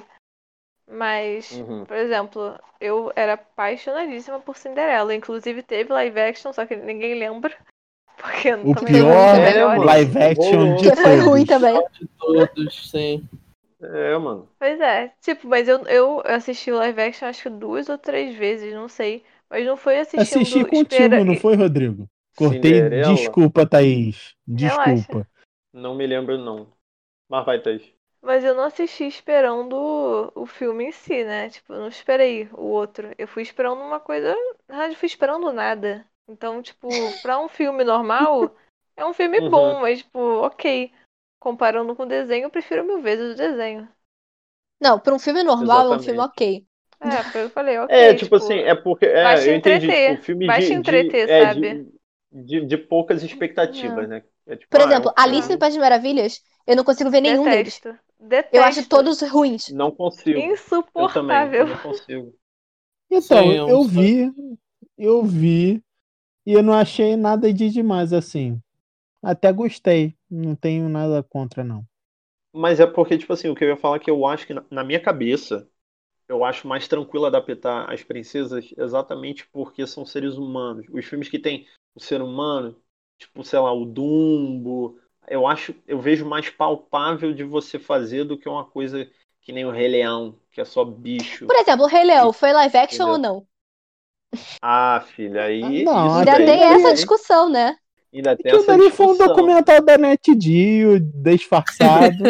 Mas, Uhum. por exemplo, eu era apaixonadíssima por Cinderela. Inclusive teve live action, só que ninguém lembra. Porque O também foi não ruim é dos pior também. É, melhores. mano, live action rolou. de Porque foi ruim todos. também. De todos, sim. É, mano. Pois é, tipo, mas eu, eu assisti o live action acho que duas ou três vezes, não sei. Mas não foi Assisti assistindo, espera. contigo, não foi, Rodrigo? Cortei. Cinderela, Desculpa, Thaís. Relaxa. Desculpa. não me lembro não. Mas vai, Thaís. Mas eu não assisti esperando o, o filme em si, né? Tipo, eu não esperei o outro. Eu fui esperando uma coisa. Na verdade, eu fui esperando nada. Então, tipo, pra um filme normal, é um filme Uhum, bom, mas, tipo, ok. Comparando com o desenho, eu prefiro mil vezes o desenho. Não, pra um filme normal é um filme exatamente. ok. É, foi o que eu falei, É, ok, tipo tipo, assim, é porque, vai é, te eu entendi, tipo, entreter. filme Vai te de, de, entreter, é, sabe? de, de, de poucas expectativas, É, né? É tipo, Por ah, é um exemplo, Alice no é. filme, País das Maravilhas, eu não consigo ver nenhum deles. Detesto. Eu acho Detesto. todos ruins. não consigo. Eu também, eu Insuportável. não consigo. Então, Sim, é um eu vi, eu vi, e eu não achei nada de demais assim. Até gostei. Não tenho nada contra, não. Mas é porque, tipo assim, o que eu ia falar é que eu acho que na, na minha cabeça, eu acho mais tranquilo adaptar as princesas exatamente porque são seres humanos. Os filmes que tem o ser humano, tipo, sei lá, o Dumbo, eu acho, eu vejo mais palpável de você fazer do que uma coisa que nem o Rei Leão, que é só bicho, Por exemplo, o Rei Leão, e- foi live action ou entendeu? não? Ah, filha, Ah, aí não, isso Ainda aquilo daí tem essa dali, também, discussão, né? ainda tem aquilo essa dali foi um discussão. documentário da NetGeo, disfarçado.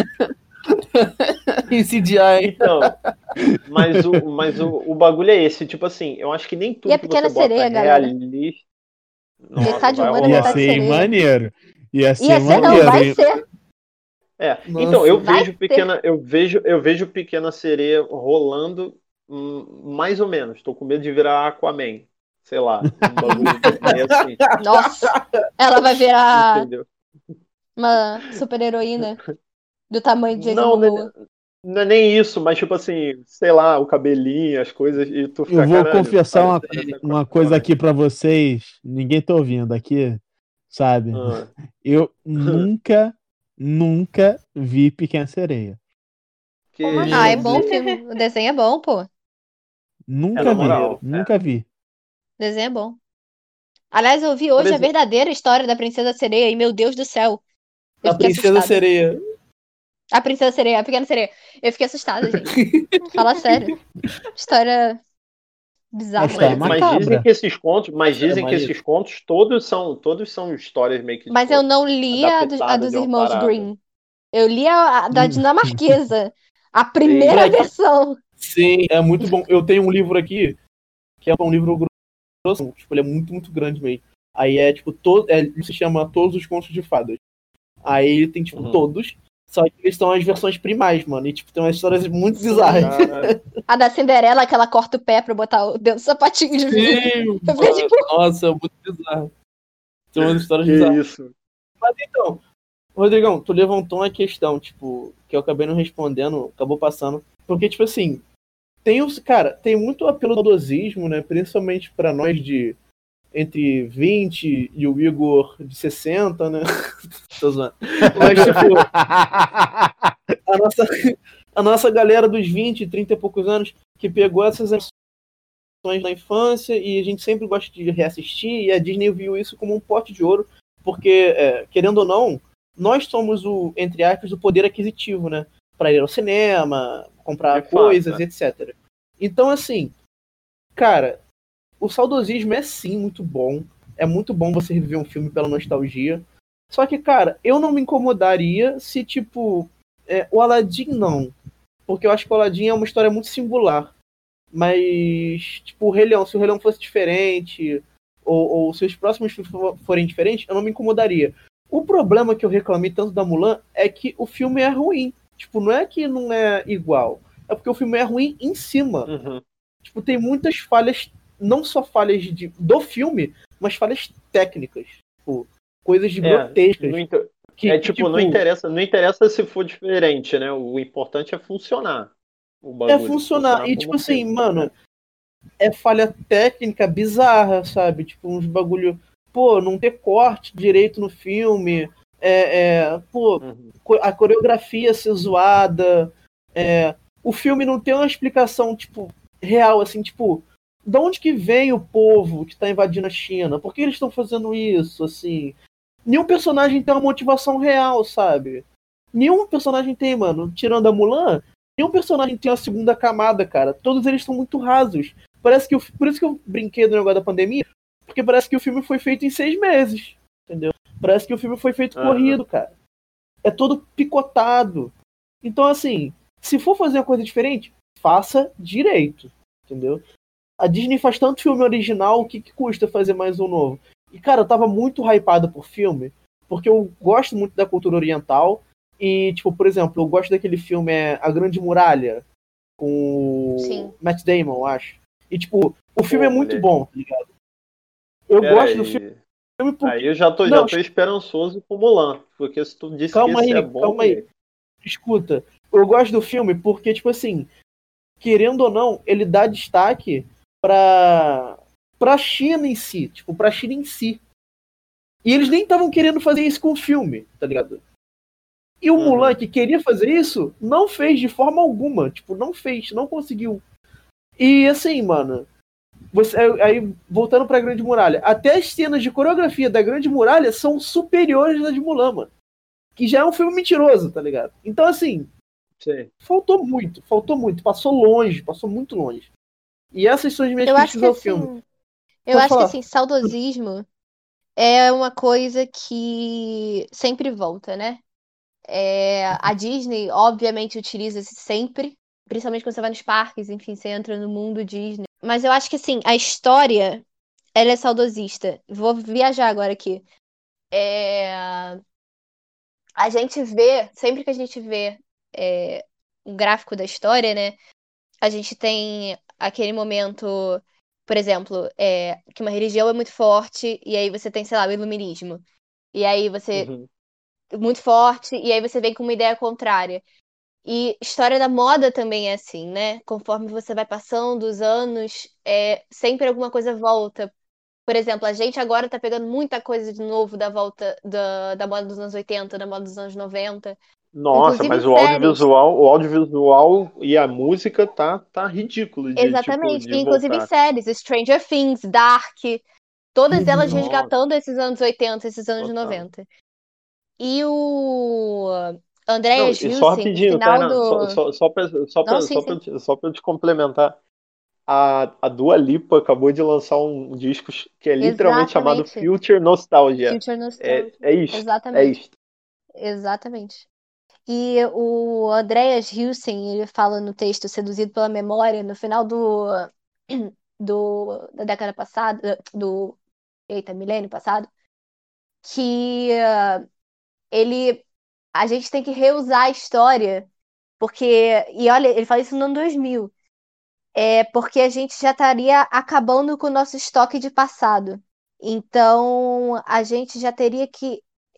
em C G I. Então, mas o, mas o, o bagulho é esse, tipo assim, eu acho que nem E a tudo que você Pequena bota Sereia, galera? realista. Nossa, Metade vai humana, Ia metade rolar. ser sereia. maneiro. Ia ser Ia ser não, maneiro, vai hein? ser. É, então Nossa. eu Vai vejo pequena, eu vejo, eu vejo Pequena Sereia rolando hum, mais ou menos. Tô com medo de virar Aquaman, sei lá, um bagulho meio assim, Nossa, ela vai virar entendeu? uma super heroína do tamanho de Jason Não, não é, Momoa. não é nem isso, mas tipo assim, sei lá, o cabelinho, as coisas e tu Eu fica, vou caralho, confessar parece, uma, parece uma coisa Aquaman. aqui pra vocês. Ninguém tá ouvindo aqui, sabe? Ah. Eu nunca, nunca vi Pequena Sereia. Que Como Ah, é Meu isso? bom o Deus. filme. O desenho é bom, pô. O É, Nunca na vi. moral, é. Nunca vi. desenho é bom. Aliás, eu vi Por hoje a exemplo, verdadeira história da Princesa Sereia e, meu Deus do céu, eu A fiquei Princesa assustada. Sereia. A Princesa Sereia, a Pequena Sereia. Eu fiquei assustada, gente. Fala sério. História A bizarra. história é mas, mas dizem macabra. que esses contos, mas Sério, dizem que maneiro. esses contos todos são, todos são histórias meio que Mas eu tipo não li a, do- a adaptadas dos de uma irmãos parada. Green. Eu li a, a da Hum. dinamarquesa. A primeira Eita. Moleque, versão. sim, é muito bom. Eu tenho um livro aqui, que é um livro grosso, tipo, ele é muito, muito grande mesmo. Aí é, tipo, todo, é, ele se chama Todos os Contos de Fadas. Aí ele tem, tipo, Uhum. todos, só que eles são as versões primais, mano. E, tipo, tem umas histórias muito bizarras. Cara, A da Cinderela, que ela corta o pé pra botar o dedo do sapatinho de vidro. Sim, Eu fiquei mano. tipo, Nossa, é muito bizarro. Tem umas histórias que bizarras. isso. Mas então, Rodrigão, tu levantou uma questão, tipo, que eu acabei não respondendo, acabou passando. Porque, tipo assim, tem os. Cara, tem muito apelo ao saudosismo, né? Principalmente pra nós de entre vinte e o Igor de sessenta, né? Tô zoando. Mas, tipo, a nossa, a nossa galera dos vinte, trinta e poucos anos que pegou essas emoções da infância e a gente sempre gosta de reassistir, e a Disney viu isso como um pote de ouro, porque, é, querendo ou não, nós somos o, entre aspas, o poder aquisitivo, né? Para ir ao cinema, comprar De coisas, fato, é. etcétera. Então, assim, cara, o saudosismo é sim muito bom. É muito bom você reviver um filme pela nostalgia. Só que, cara, eu não me incomodaria se, tipo, é, o Aladdin não. Porque eu acho que o Aladdin é uma história muito singular. Mas, tipo, o Rei Leão, se o Rei Leão fosse diferente, ou, ou se os próximos filmes for- forem diferentes, eu não me incomodaria. O problema que eu reclamei tanto da Mulan é que o filme é ruim. Tipo, não é que não é igual. É porque o filme é ruim em cima. Uhum. Tipo, tem muitas falhas, não só falhas de, do filme, mas falhas técnicas. Tipo, coisas É, grotescas. não inter- Que, é que, tipo, não tipo, interessa, não interessa se for diferente, né? O importante é funcionar o é bagulho, funcionar. funcionar E, como tipo assim, filme. mano, é falha técnica bizarra, sabe? Tipo, uns bagulho. Pô, não ter corte direito no filme. É, é, pô, Uhum. co- a coreografia ser zoada. É, o filme não tem uma explicação, tipo, real, assim, tipo, de onde que vem o povo que tá invadindo a China? Por que eles estão fazendo isso, assim? Nenhum personagem tem uma motivação real, sabe? Nenhum personagem tem, mano. Tirando a Mulan, nenhum personagem tem uma segunda camada, cara. Todos eles estão muito rasos. Parece que o, por isso que eu brinquei do negócio da pandemia, porque parece que o filme foi feito em seis meses, entendeu? Parece que o filme foi feito Aham. corrido, cara. É todo picotado. Então, assim, se for fazer uma coisa diferente, faça direito, entendeu? A Disney faz tanto filme original, o que, que custa fazer mais um novo? E, cara, eu tava muito hypado por filme, porque eu gosto muito da cultura oriental. E, tipo, por exemplo, eu gosto daquele filme é A Grande Muralha, com Sim. o Matt Damon, eu acho. E, tipo, o filme Pô, é muito moleque. bom, tá ligado? Eu Pera gosto do filme aí. porque. Aí eu já tô, já Não, tô esperançoso com Mulan, porque se tu disse que calma esse é aí, bom, calma aí. moleque. Escuta, eu gosto do filme porque, tipo assim, querendo ou não, ele dá destaque pra, pra China em si, tipo, pra China em si. E eles nem estavam querendo fazer isso com o filme, tá ligado? E o Uhum. Mulan, que queria fazer isso, não fez de forma alguma. Tipo, não fez, não conseguiu. E assim, mano, você, aí voltando pra Grande Muralha, até as cenas de coreografia da Grande Muralha são superiores às de Mulan, mano. Que já é um filme mentiroso, tá ligado? Então, assim, Sei. faltou muito, faltou muito. Passou longe, passou muito longe. E essas são as minhas Eu acho críticas que ao filme. assim, eu Pode acho que falar. assim, saudosismo é uma coisa que sempre volta, né? É, a Disney, obviamente, utiliza isso sempre, principalmente quando você vai nos parques, enfim, você entra no mundo Disney. Mas eu acho que, assim, a história, ela é saudosista. Vou viajar agora aqui. É, a gente vê, sempre que a gente vê é, um gráfico da história, né? A gente tem aquele momento, por exemplo, é, que uma religião é muito forte, e aí você tem, sei lá, o iluminismo. E aí você Uhum. muito forte, e aí você vem com uma ideia contrária. E história da moda também é assim, né? Conforme você vai passando os anos, é, sempre alguma coisa volta. Por exemplo, a gente agora tá pegando muita coisa de novo da volta da, da moda dos anos oitenta, da moda dos anos noventa. Nossa, Inclusive em mas o séries. audiovisual, o audiovisual e a música tá, tá ridículo de, tipo, Exatamente. de E, inclusive em voltar. séries. Stranger Things, Dark. Todas elas Uhum. Nossa, resgatando esses anos oitenta, esses anos total. noventa. E o Não, Andreas e só Hussen, no rapidinho, final Tainá, só, do... só, só pra, só Não, pra, sim, só pra, sim. te- só pra eu te complementar, a, a Dua Lipa acabou de lançar um disco que é literalmente chamado Exatamente. Future Nostalgia. Future É, Nostalgia. é isto, é Exatamente. isto. Exatamente. E o Andreas Hussen, ele fala no texto Seduzido pela Memória, no final do, do da década passada, do, eita, milênio passado, que uh, ele, a gente tem que reusar a história, porque, e olha, ele fala isso no ano dois mil, é porque a gente já estaria acabando com o nosso estoque de passado. Então, a gente já teria que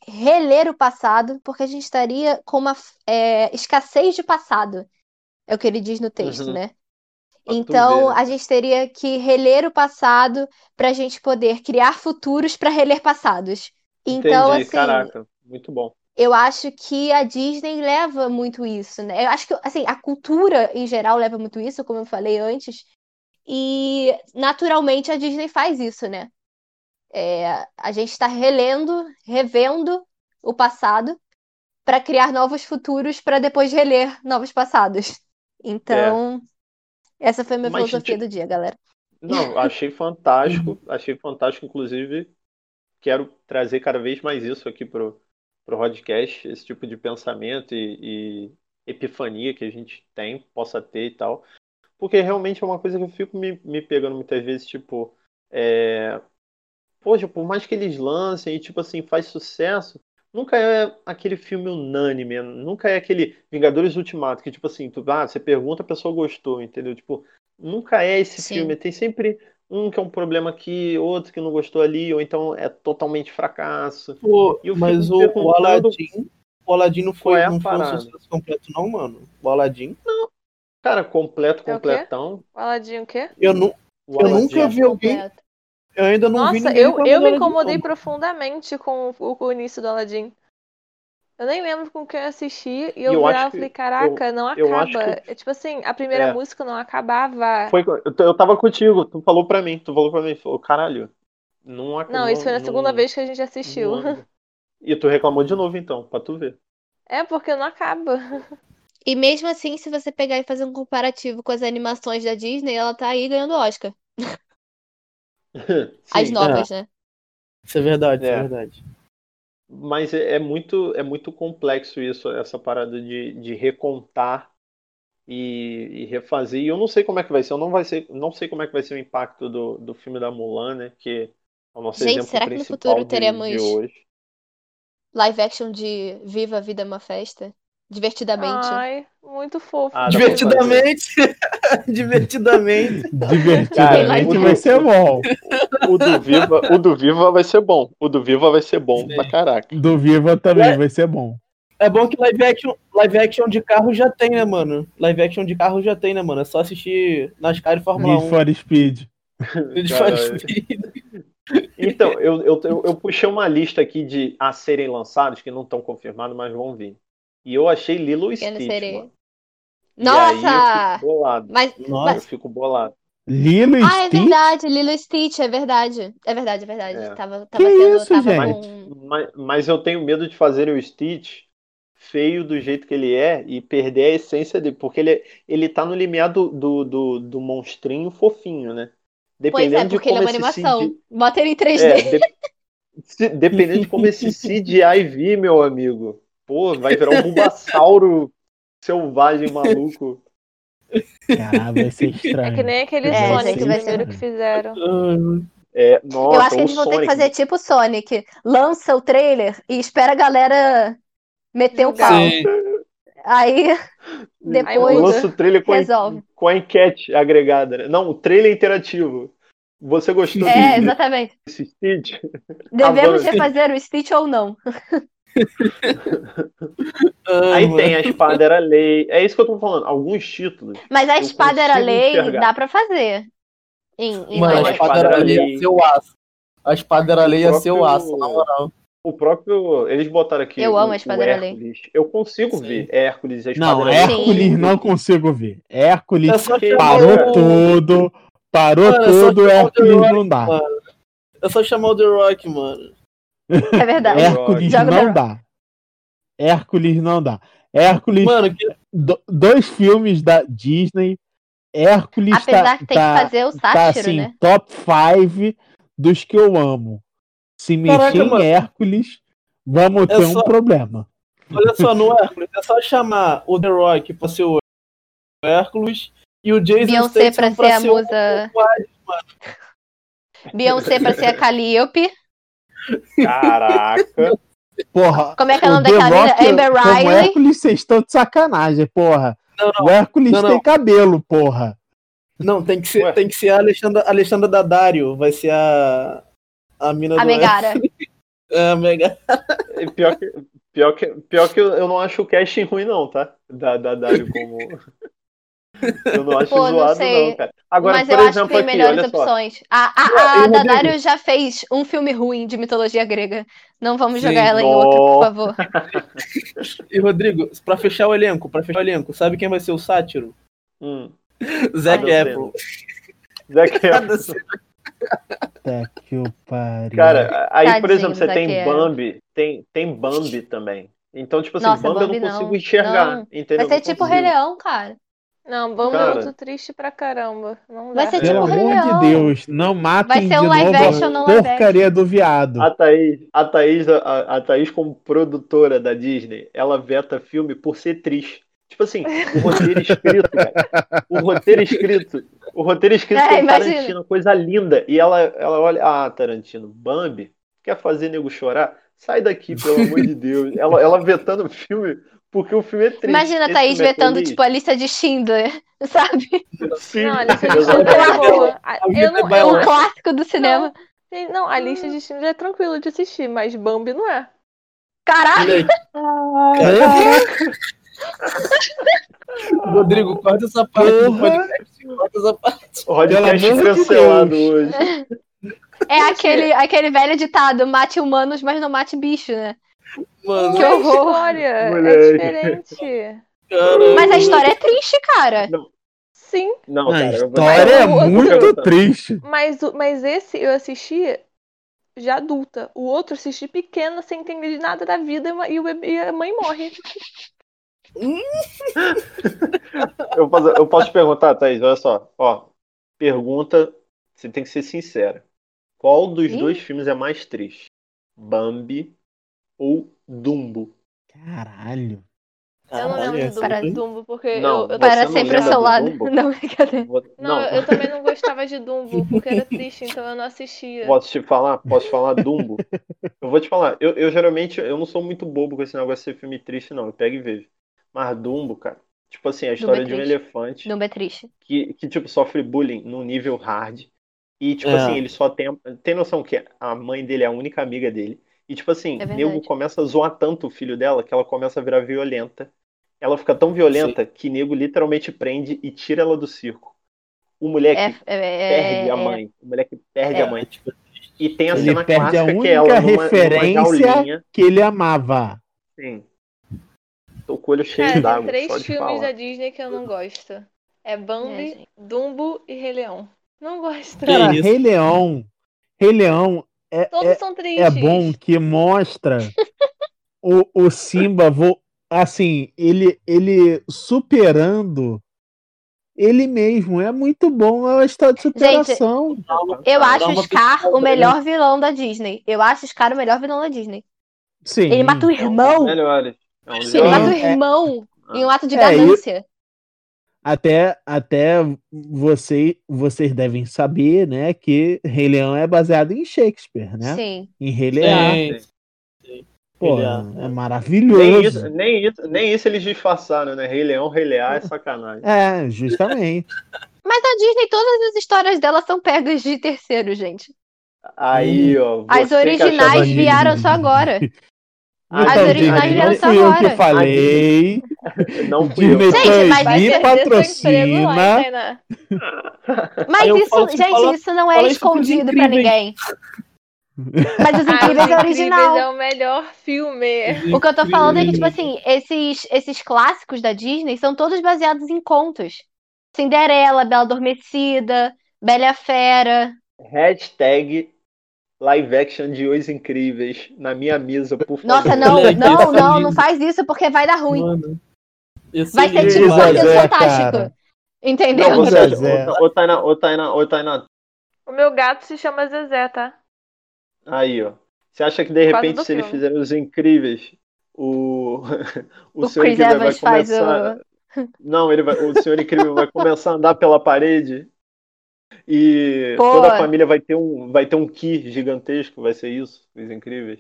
reler o passado, porque a gente estaria com uma é, escassez de passado. É o que ele diz no texto, Uhum. né? Pra tu Então, ver, né? a gente teria que reler o passado para a gente poder criar futuros para reler passados. Então, Entendi, assim, caraca, muito bom. eu acho que a Disney leva muito isso, né? Eu acho que, assim, a cultura em geral leva muito isso, como eu falei antes, e naturalmente a Disney faz isso, né? É, a gente está relendo, revendo o passado para criar novos futuros para depois reler novos passados. Então, essa foi a minha Mas, filosofia ti- do dia, galera. não, achei fantástico, achei fantástico, inclusive, quero trazer cada vez mais isso aqui pro, pro podcast, esse tipo de pensamento e, e epifania que a gente tem, possa ter e tal. Porque realmente é uma coisa que eu fico me, me pegando muitas vezes, tipo, é, poxa, por mais que eles lancem e, tipo assim, faz sucesso, nunca é aquele filme unânime, nunca é aquele Vingadores Ultimato, que, tipo assim, tu, ah, você pergunta, a pessoa gostou, entendeu? Tipo, nunca é esse filme. Sim. Tem sempre um que é um problema aqui, outro que não gostou ali, ou então é totalmente fracasso. Pô, E eu fico mas me o, o perguntando Aladdin, o Aladdin não qual foi, é a não foi um parada. sucesso completo, não, mano. O Aladdin. Cara, completo, É o quê? completão, O Aladdin o quê? Eu, nu, o eu nunca Aladdin. vi alguém. Completo. Eu ainda não vi Nossa, ninguém eu, reclamando eu do me Aladdin, incomodei não. profundamente com o, o início do Aladdin. Eu nem lembro com quem eu assisti e E eu eu acho virava e que falei, eu, caraca, não eu acho acaba. que É tipo assim, a primeira é, música não acabava. foi, eu, eu tava contigo, tu falou pra mim, tu falou pra mim, falou, caralho, não, ac- Não, isso não, foi na segunda não, vez que a gente não assistiu. anda. E tu reclamou de novo então, pra tu ver. É porque não acaba. E mesmo assim, se você pegar e fazer um comparativo com as animações da Disney, ela tá aí ganhando Oscar. As Sim, É, novas, né? isso é verdade, isso é é. verdade. Mas é, é muito, é muito complexo isso, essa parada de, de recontar e, e refazer. E eu não sei como é que vai ser, eu não vai ser, não sei como é que vai ser o impacto do, do filme da Mulan, né? Que é o nosso Gente, exemplo será que no futuro principal de, de teremos hoje. live action de Viva a Vida é uma Festa? Divertidamente. Ai, muito fofo Ah, dá pra mesmo. fazer. Divertidamente. Divertidamente. Cara, o Divertidamente do, vai ser bom. o do Viva, o do Viva vai ser bom. O do Viva vai ser bom pra caraca. Do Viva também vai ser bom. É bom que live action, live action de carro já tem, né, mano? Live action de carro já tem, né, mano? É só assistir NASCAR e Fórmula Need um. for Speed. Eles Caralho. fazem- Então, eu, eu, eu, eu puxei uma lista aqui de a serem lançados que não estão confirmados, mas vão vir. E eu achei Lilo e Pequena Stitch, sereia. mano. E aí eu fico Nossa! bolado. Mas, Eu Nossa, mas... fico bolado. Lilo e Ah, é Stitch? verdade, Lilo e Stitch, é verdade. É verdade, é verdade. É. Tava, Que tava tendo, isso, tava Mas, gente? com... mas, mas eu tenho medo de fazer o Stitch feio do jeito que ele é e perder a essência dele, porque ele, ele tá no limiar do, do, do, do monstrinho fofinho, né? Pois é, Dependendo de porque ele é como uma esse animação. C G I. Bota ele em É, três D. de- se- dependendo de como esse C G I vir, meu amigo. Pô, vai virar um Bulbasauro selvagem maluco. Cara, vai ser É que estranho. nem aquele É, Vai Sonic gente, ser vai ser... primeiro que estranho. fizeram. É, Eu nossa, acho que o eles vão ter que Sonic. fazer tipo Sonic. Lança o trailer e espera a galera meter o Julgar. pau. sim. Aí, Aí depois, Lança o muda. trailer com a, resolve. com a enquete agregada, né? Não, o trailer interativo. Você gostou É, desse, exatamente. desse Stitch? Devemos Avance. refazer o Stitch ou não? Ah, Aí mano. tem a Espada Era Lei. É isso que eu tô falando. Alguns títulos Mas a eu espada era consigo lei, enxergar. dá pra fazer. Em, em Mano, a live Então, a action. espada Espada era Era lei ia Lei. ser o aço. A espada era O lei ia ser o aço, na próprio. moral. O próprio. Eles botaram aqui Eu amo a o, espada o era lei. Hércules. Eu consigo Sim. ver Hércules e a Espada Não, Era Lei. eu Hércules consigo não ver. consigo ver. Hércules É só Que chamar parou cara? o... tudo. Parou Mano, é só tudo, chamar o The Hércules Rock, não dá. mano. É só chamar o The Rock, mano. É verdade. The Hércules Joga o The não Rock. dá. Hércules não dá. Hércules, Mano, que... do- dois filmes da Disney. Hércules Apesar tá, que tem que tá, fazer o tá sátiro, assim, né? top cinco dos que eu amo. Se mexer Caraca, em mano. Hércules, vamos É ter um só- problema. Olha só, no Hércules, é só chamar o The Rock pra ser o Hércules e o Jason Beyoncé pra Statham ser a ser o... musa. o Hades. Beyoncé pra ser a Calliope. Caraca. Porra, Como é que é o nome The daquela menina? Rock, Amber como Riley. Hércules, vocês estão de sacanagem, porra. Não, não. O Hércules Não, não. tem cabelo, porra. Não, tem que ser, Ué. tem que ser a Alexandra, Alexandra Daddario. Vai ser a... A mina A do Megara. É, mega. E Pior que, pior que, pior que eu eu não acho o casting ruim, não, tá? Da, da Dario como. Eu não acho Pô, não zoado, não, sei. cara. Agora, Mas por eu acho que exemplo, tem aqui, melhores olha só. opções. A, E a, a o Rodrigo? Dadário já fez um filme ruim de mitologia grega. Não vamos jogar Sim. ela em outra, por favor. E Rodrigo, pra fechar o elenco, pra fechar o elenco, sabe quem vai ser o sátiro? Hum, Zac Adam Efron. Zac Efron. Cada cena. Tá que o pariu. Cara, aí, por Tadinho exemplo, do você Zac tem Efron. Bambi, tem, tem Bambi também. Então, tipo assim, Nossa, Bambi eu não Bambi consigo não. enxergar, Não. entendeu? Vai Não ser tipo o Rei consigo. Leão, cara. Não, Bambi é Cara, muito triste pra caramba. Não Vai dá. ser é, tipo Pelo o Rei amor de Leão. Deus, não Vai matem ser de um live novo action no a live porcaria action. do viado. a Thaís, a Thaís, a, a Thaís como produtora da Disney, ela veta filme por ser triste. Tipo assim, o roteiro escrito, cara. O roteiro escrito, o roteiro escrito É, pelo imagina. Tarantino, coisa linda. E ela, ela olha, ah, Tarantino, Bambi, quer fazer nego chorar? Sai daqui, pelo amor de Deus. Ela, ela vetando o filme porque o filme é triste. Imagina a Esse Thaís filme é vetando, feliz? tipo, a lista de Schindler, sabe? Sim, Não, a lista de exatamente. Schindler é boa. A- A Eu vida é não, eu Um bela. acho. clássico do cinema. Não, tem- não, a lista de Schindler é tranquilo de assistir, mas Bambi não é. Caralho! Olha aí, Ai, cara. caraca. Rodrigo, corta essa parte do Porra, podcast. Corta essa parte. pelo Podcast amor de cancelado Deus. hoje. É Gente, aquele, aquele velho ditado, mate humanos, mas não mate bicho, né? Mano, não Que é horror. história, é Moleque. diferente. Mas a caraca, história é triste, cara. Não, Sim, não, A cara, eu vou te mas história falar. é o Eu vou muito outro. perguntar. triste. Mas, o- mas esse eu assisti já adulta. O outro eu assisti pequena, sem entender de nada da vida, e, o bebê, e a mãe morre. Eu posso, eu posso te perguntar, Thaís, olha só. Ó, pergunta, você tem que ser sincera. Qual dos dois Ih, filmes é mais triste? Bambi ou Dumbo? Caralho. Eu não lembro caralho, de essa Dumbo, para, foi... Dumbo, porque eu, Não, eu para você não sempre ao lembra seu do lado. Dumbo? Não, brincadeira. Vo- Não, eu, Não, eu também não gostava de Dumbo, porque era triste, então eu não assistia. posso te falar? Posso te falar Dumbo? Eu vou te falar. Eu, eu geralmente eu não sou muito bobo com esse negócio de ser filme triste, não. Eu pego e vejo. Mas Dumbo, cara, tipo assim, a Dumbo é história de um triste. elefante Dumbo é triste. que, que tipo, sofre bullying num nível hard. E, tipo assim, É, ele só tem. Tem noção que a mãe dele é a única amiga dele. E, tipo assim, É nego verdade. começa a zoar tanto o filho dela que ela começa a virar violenta. Ela fica tão sim. violenta que nego literalmente prende e tira ela do circo. O É, moleque perde a é, é, mãe. O moleque perde a é. É, mãe. tipo, E tem a Ele cena perde a clássica que é ela única numa, numa referência jaulinha. que ele amava. Sim. Tô com o olho cheio Cara, tem d'água, três só de filmes da falar. Disney que eu não gosto. É É, Bambi, gente. Dumbo e Rei Leão. Não gosto. que Cara, isso? Rei Leão. Rei Leão é, Todos é, são é bom tristes. que mostra o, o Simba, vo- assim, ele, ele superando ele mesmo. É muito bom, é uma história de Gente, superação. É eu fantástico. acho o uma Scar pessoa o melhor vilão da Disney. Eu acho o Scar o melhor vilão da Disney. Ele mata o Sim, É um dos irmão. melhores. É um dos Ele mata o sim. melhores. É, irmão em um Ah, ato de é, e ganância. até, até você, vocês devem saber, né, que Rei Leão é baseado em Shakespeare, né? Sim. Em Rei Lear. Sim, sim. sim. Pô, Ele é. é Nem isso, maravilhoso. nem isso, nem isso eles disfarçaram, né? Rei Leão, Rei Lear é sacanagem. É, justamente. Mas a Disney, todas as histórias dela são pegas de terceiro, gente. Aí, ó, As você que achava originais que. vieram só agora. A As Então, Disney, a originais Disney, não vieram Disney, só fui eu que agora. a Disney, falei. não fui eu, Disney tá? Gente, mas Vai Plus me perder seu emprego lá, hein, patrocina. Tainá? Mas Eu isso, falo, você gente, fala- isso não é fala isso pros escondido pra Incríveis. ninguém. Mas Os Ah, Incríveis Os é Incríveis original. é o melhor filme. O que eu tô falando é que, tipo Incríveis. assim, esses, esses clássicos da Disney são todos baseados em contos. Cinderela, Bela Adormecida, Bela e a Fera. Hashtag live action de Os Incríveis na minha mesa, por Nossa, favor. não, Olha, não, isso é não, não lindo. faz isso porque vai dar ruim. Mano, isso Vai é ser lindo tipo Ih, demais. Quarteto Zezé, Fantástico. cara. Entendeu? Não, você acha. Zezé. Ô, ô, Tainá, ô, Tainá, ô, Tainá, O meu gato se chama Zezé, tá? aí, ó. Você acha que de Por causa repente, do se eles filme. fizerem Os Incríveis, o, o O Senhor Chris Incrível vai Evans faz começar. o. Não, ele vai, o Senhor Incrível vai começar a andar pela parede e Pô, toda a família vai ter um, vai ter um ki gigantesco, vai ser isso, Os Incríveis.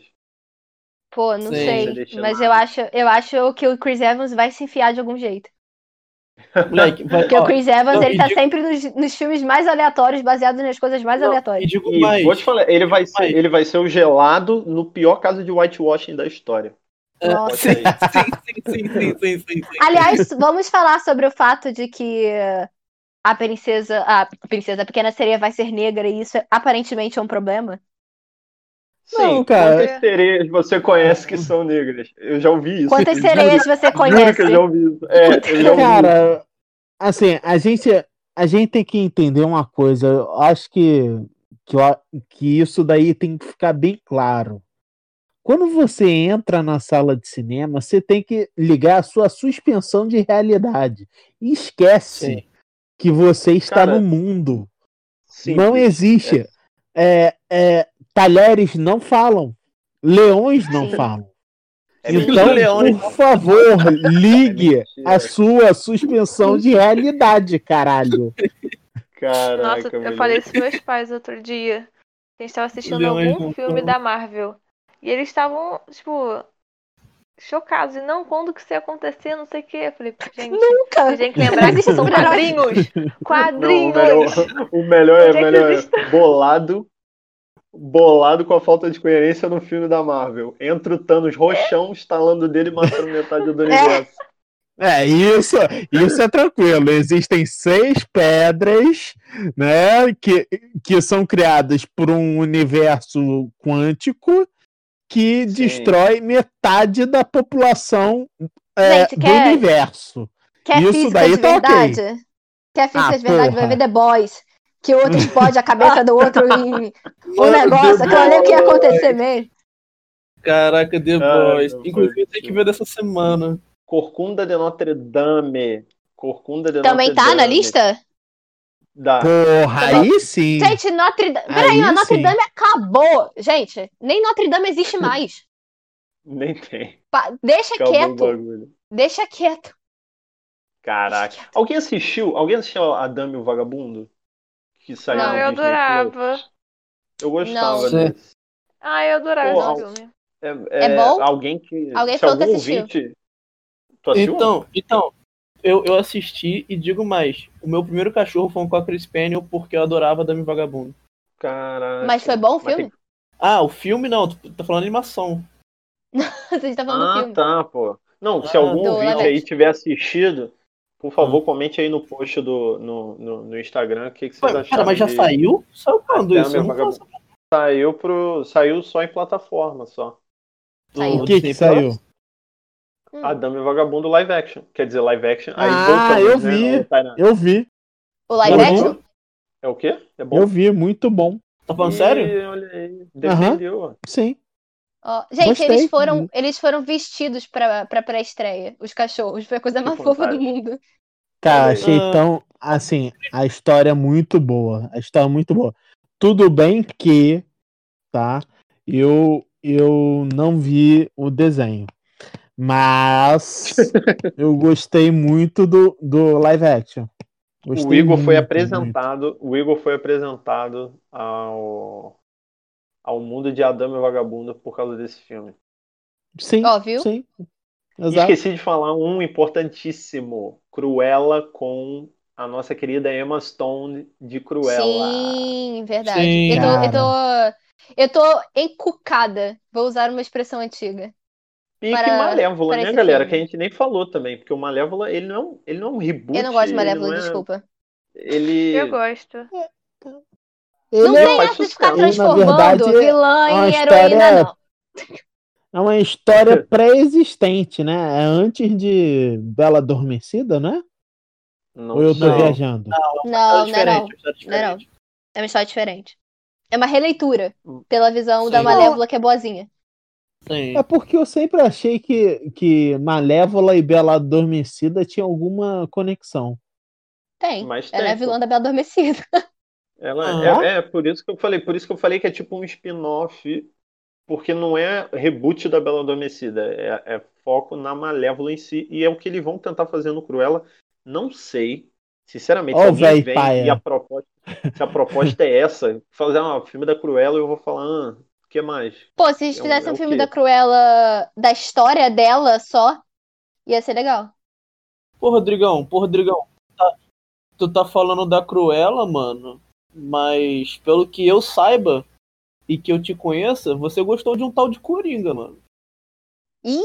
pô, não Eles vão ser Sim. sei. Mas eu destinados. acho, eu acho que o Chris Evans vai se enfiar de algum jeito. Moleque, vai, Porque ó, o Chris Evans, não, ele e tá digo- sempre nos, nos filmes mais aleatórios, baseados nas coisas mais não, e aleatórias. digo E mais. vou te falar, ele vai, digo ser, mais. ele vai ser o gelado no pior caso de whitewashing da história. É, Pode sim, ser. sim, sim, sim, sim, sim, sim, sim. Aliás, vamos falar sobre o fato de que a princesa, a princesa, a pequena sereia vai ser negra e isso aparentemente é um problema. Não, Sim, cara. quantas sereias você conhece que são negras? Eu já ouvi isso. Quantas Eu sereias juro, você juro conhece? que eu já ouvi isso. É, eu já ouvi isso. Cara, assim, a gente, a gente tem que entender uma coisa. Eu acho que, que, eu- que isso daí tem que ficar bem claro. Quando você entra na sala de cinema, você tem que ligar a sua suspensão de realidade. E esquece Sim. que você está Cara, no mundo. simples. Não existe. É, é, talheres não falam. Leões não Sim. falam. É Então, mentira. Leões por favor, ligue É mentira. a sua suspensão de realidade, caralho. Caraca, Nossa, eu moleque. falei isso pros meus pais outro dia. A gente tava assistindo Leões algum não filme falam. da Marvel. E eles estavam, tipo, chocados. E não, quando que isso ia acontecer? Não sei o quê. Eu falei, gente, Nunca! vocês têm que lembrar que isso são Super-herói. quadrinhos! Não, o Quadrinhos! melhor, o melhor é, Onde é que melhor é existe? bolado, bolado com a falta de coerência no filme da Marvel. Entra o Thanos roxão, estalando dele e matando metade do universo. É, isso, isso é tranquilo. Existem seis pedras, né, que, que são criadas por um universo quântico que Sim. destrói metade da população é, Gente, do quer- universo. Quer Isso física daí de tá ok. verdade? Quer física Ah, de verdade? Vai porra. ver The Boys. Que o outro explode a cabeça do outro em um Mano, negócio. The Aquilo ali é o que ia Boys. acontecer mesmo. Caraca, The Ai, Boys. meu Inclusive, Deus. tem que ver dessa semana. Corcunda de Notre Dame. Corcunda de Também Notre tá na Dame. lista? Dá. Porra, Tá bom. aí sim. Gente, Notre Dame. Peraí, Aí a Notre sim. Dame acabou. Gente, nem Notre Dame existe mais. Nem tem. Pa- Deixa Acabou o quieto. bagulho. Deixa quieto. Caraca. Alguém assistiu? Alguém assistiu a Dame e o Vagabundo? Que saiu Não, no eu Disney Plus? adorava. Eu gostava Não. desse. Ah, eu adorava Pô, esse al- filme. É, É é, bom? alguém que. Alguém se falou que algum assistiu. ouvinte. Tu assistiu? Então, então eu, eu assisti e digo mais. O meu primeiro cachorro foi um Cocker Spaniel porque eu adorava Dame Vagabundo. Caraca. Mas foi bom o Mas filme? tem- Ah, o filme não, tu tá falando animação. A gente tá falando do Ah, filme. tá, pô. Não, se Ah, algum do ouvinte live aí action. tiver assistido, por favor, comente aí no post do, no, no, no Instagram o que, que vocês Ué, acharam. Cara, mas já de saiu? Saiu quando Dame isso? e Eu o não Vagabundo. faço. Saiu, pro, saiu só em plataforma, só. Saiu. O que que Disney saiu? Plus? Hum. A Dame e o Vagabundo live action. Quer dizer, live action. Aí Ah, voltamos, eu né, vi. ao Tainá. Eu vi. O live Uhum. action? É o quê? É bom? Eu vi, muito bom. Tá falando Ih, sério? olha aí. Defendeu, ó. Sim. Ó, gente, Gostei. eles foram, eles foram vestidos pra, pra pré-estreia, os cachorros. Foi a coisa Que mais fofa do vontade. mundo. Cara, Olha aí. achei Ah. tão. Assim, a história é muito boa. A história é muito boa. Tudo bem que, tá? Eu, eu não vi o desenho. Mas eu gostei muito do, do live action. O Gostei Igor foi muito, apresentado. O Igor foi apresentado ao, ao mundo de Adame e o Vagabundo por causa desse filme. muito. Sim, Ó, viu? sim. E Exato. esqueci de falar um importantíssimo: Cruella com a nossa querida Emma Stone de Cruella. Sim, verdade. Sim. Eu tô, eu Cara. tô, eu tô encucada. Vou usar uma expressão antiga. E Para- que Malévola, para né, esse galera? filme. Que a gente nem falou também, porque o Malévola, ele não, ele não é um reboot. Eu não gosto de ele Malévola, não é- desculpa. Ele, Eu gosto. Ele Não é, tem faz essa de ficar sucesso. Ele, na transformando verdade, vilã é uma em heroína, história- não. é uma história pré-existente, né? É antes de Bela Adormecida, né? não Ou eu tô sei. viajando? Não, História não é não. diferente, história Não é não. diferente. É uma história diferente. É uma releitura pela visão Sim. da Malévola que é boazinha. Sim. É porque eu sempre achei que, que Malévola e Bela Adormecida tinham alguma conexão. Tem. Mas Ela tem, é a vilã pô. da Bela Adormecida. Ela Ah. é, é por isso que eu falei, por isso que eu falei que é tipo um spin-off, porque não é reboot da Bela Adormecida, é, é foco na Malévola em si, e é o que eles vão tentar fazer no Cruella. Não sei, sinceramente, Ó se o alguém véi vem paia. e a proposta, se a proposta é essa, fazer um filme da Cruella, eu vou falar, ah, o que mais? Pô, se eles É um- fizessem é um o filme quê? da Cruella, da história dela só, ia ser legal. Pô, Rodrigão, pô, Rodrigão, tá- tu tá falando da Cruella, mano, mas pelo que eu saiba e que eu te conheça, você gostou de um tal de Coringa, mano. Ih,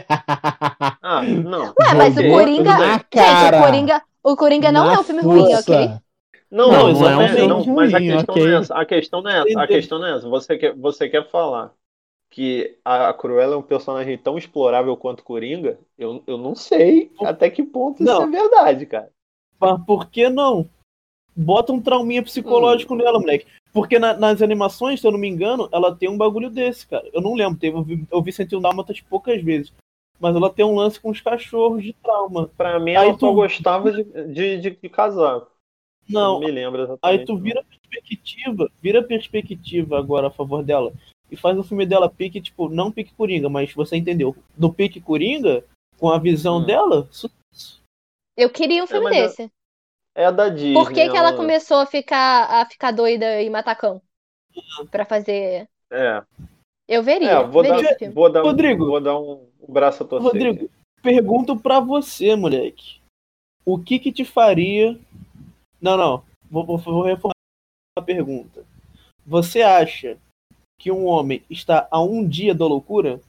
Ah, não. ué, mas o Ok, Coringa. tudo bem. na Gente, o cara, Coringa. O Coringa não na é um filme ruim, ok? força. Não, Não, não, não é um exatamente. filme Não, mas a ruim, questão não é ok. essa. A questão não é essa. A questão não é essa. Você quer, você quer falar que a, a Cruella é um personagem tão explorável quanto Coringa? Eu, eu não sei até que ponto isso Não. é verdade, cara. Mas por que não? Bota um trauminha psicológico nela, moleque. Porque na- nas animações, se eu não me engano, ela tem um bagulho desse, cara. Eu não lembro, teve, eu vi, eu vi cento e um Dálmatas poucas vezes. Mas ela tem um lance com os cachorros de trauma. Pra mim, Aí ela só tu- gostava de, de, de, de casar. Eu não Não, me lembro exatamente. aí tu vira perspectiva, vira perspectiva agora a favor dela. E faz o filme dela pique, tipo, não pique Coringa, mas você entendeu. No pique Coringa, com a visão Hum. dela, sucesso. Eu queria um filme mas é- desse. É a da Disney. Por que, que ela ela- começou a ficar, a ficar doida e matar cão? Pra fazer. É, Eu veria. é vou, veria dar, esse filme. vou, dar, Rodrigo. vou dar um, um braço a torcer. Rodrigo, pergunto pra você, moleque. O que que te faria... Não, não. Vou, vou, vou reformular a pergunta. Você acha que um homem está a um dia da loucura?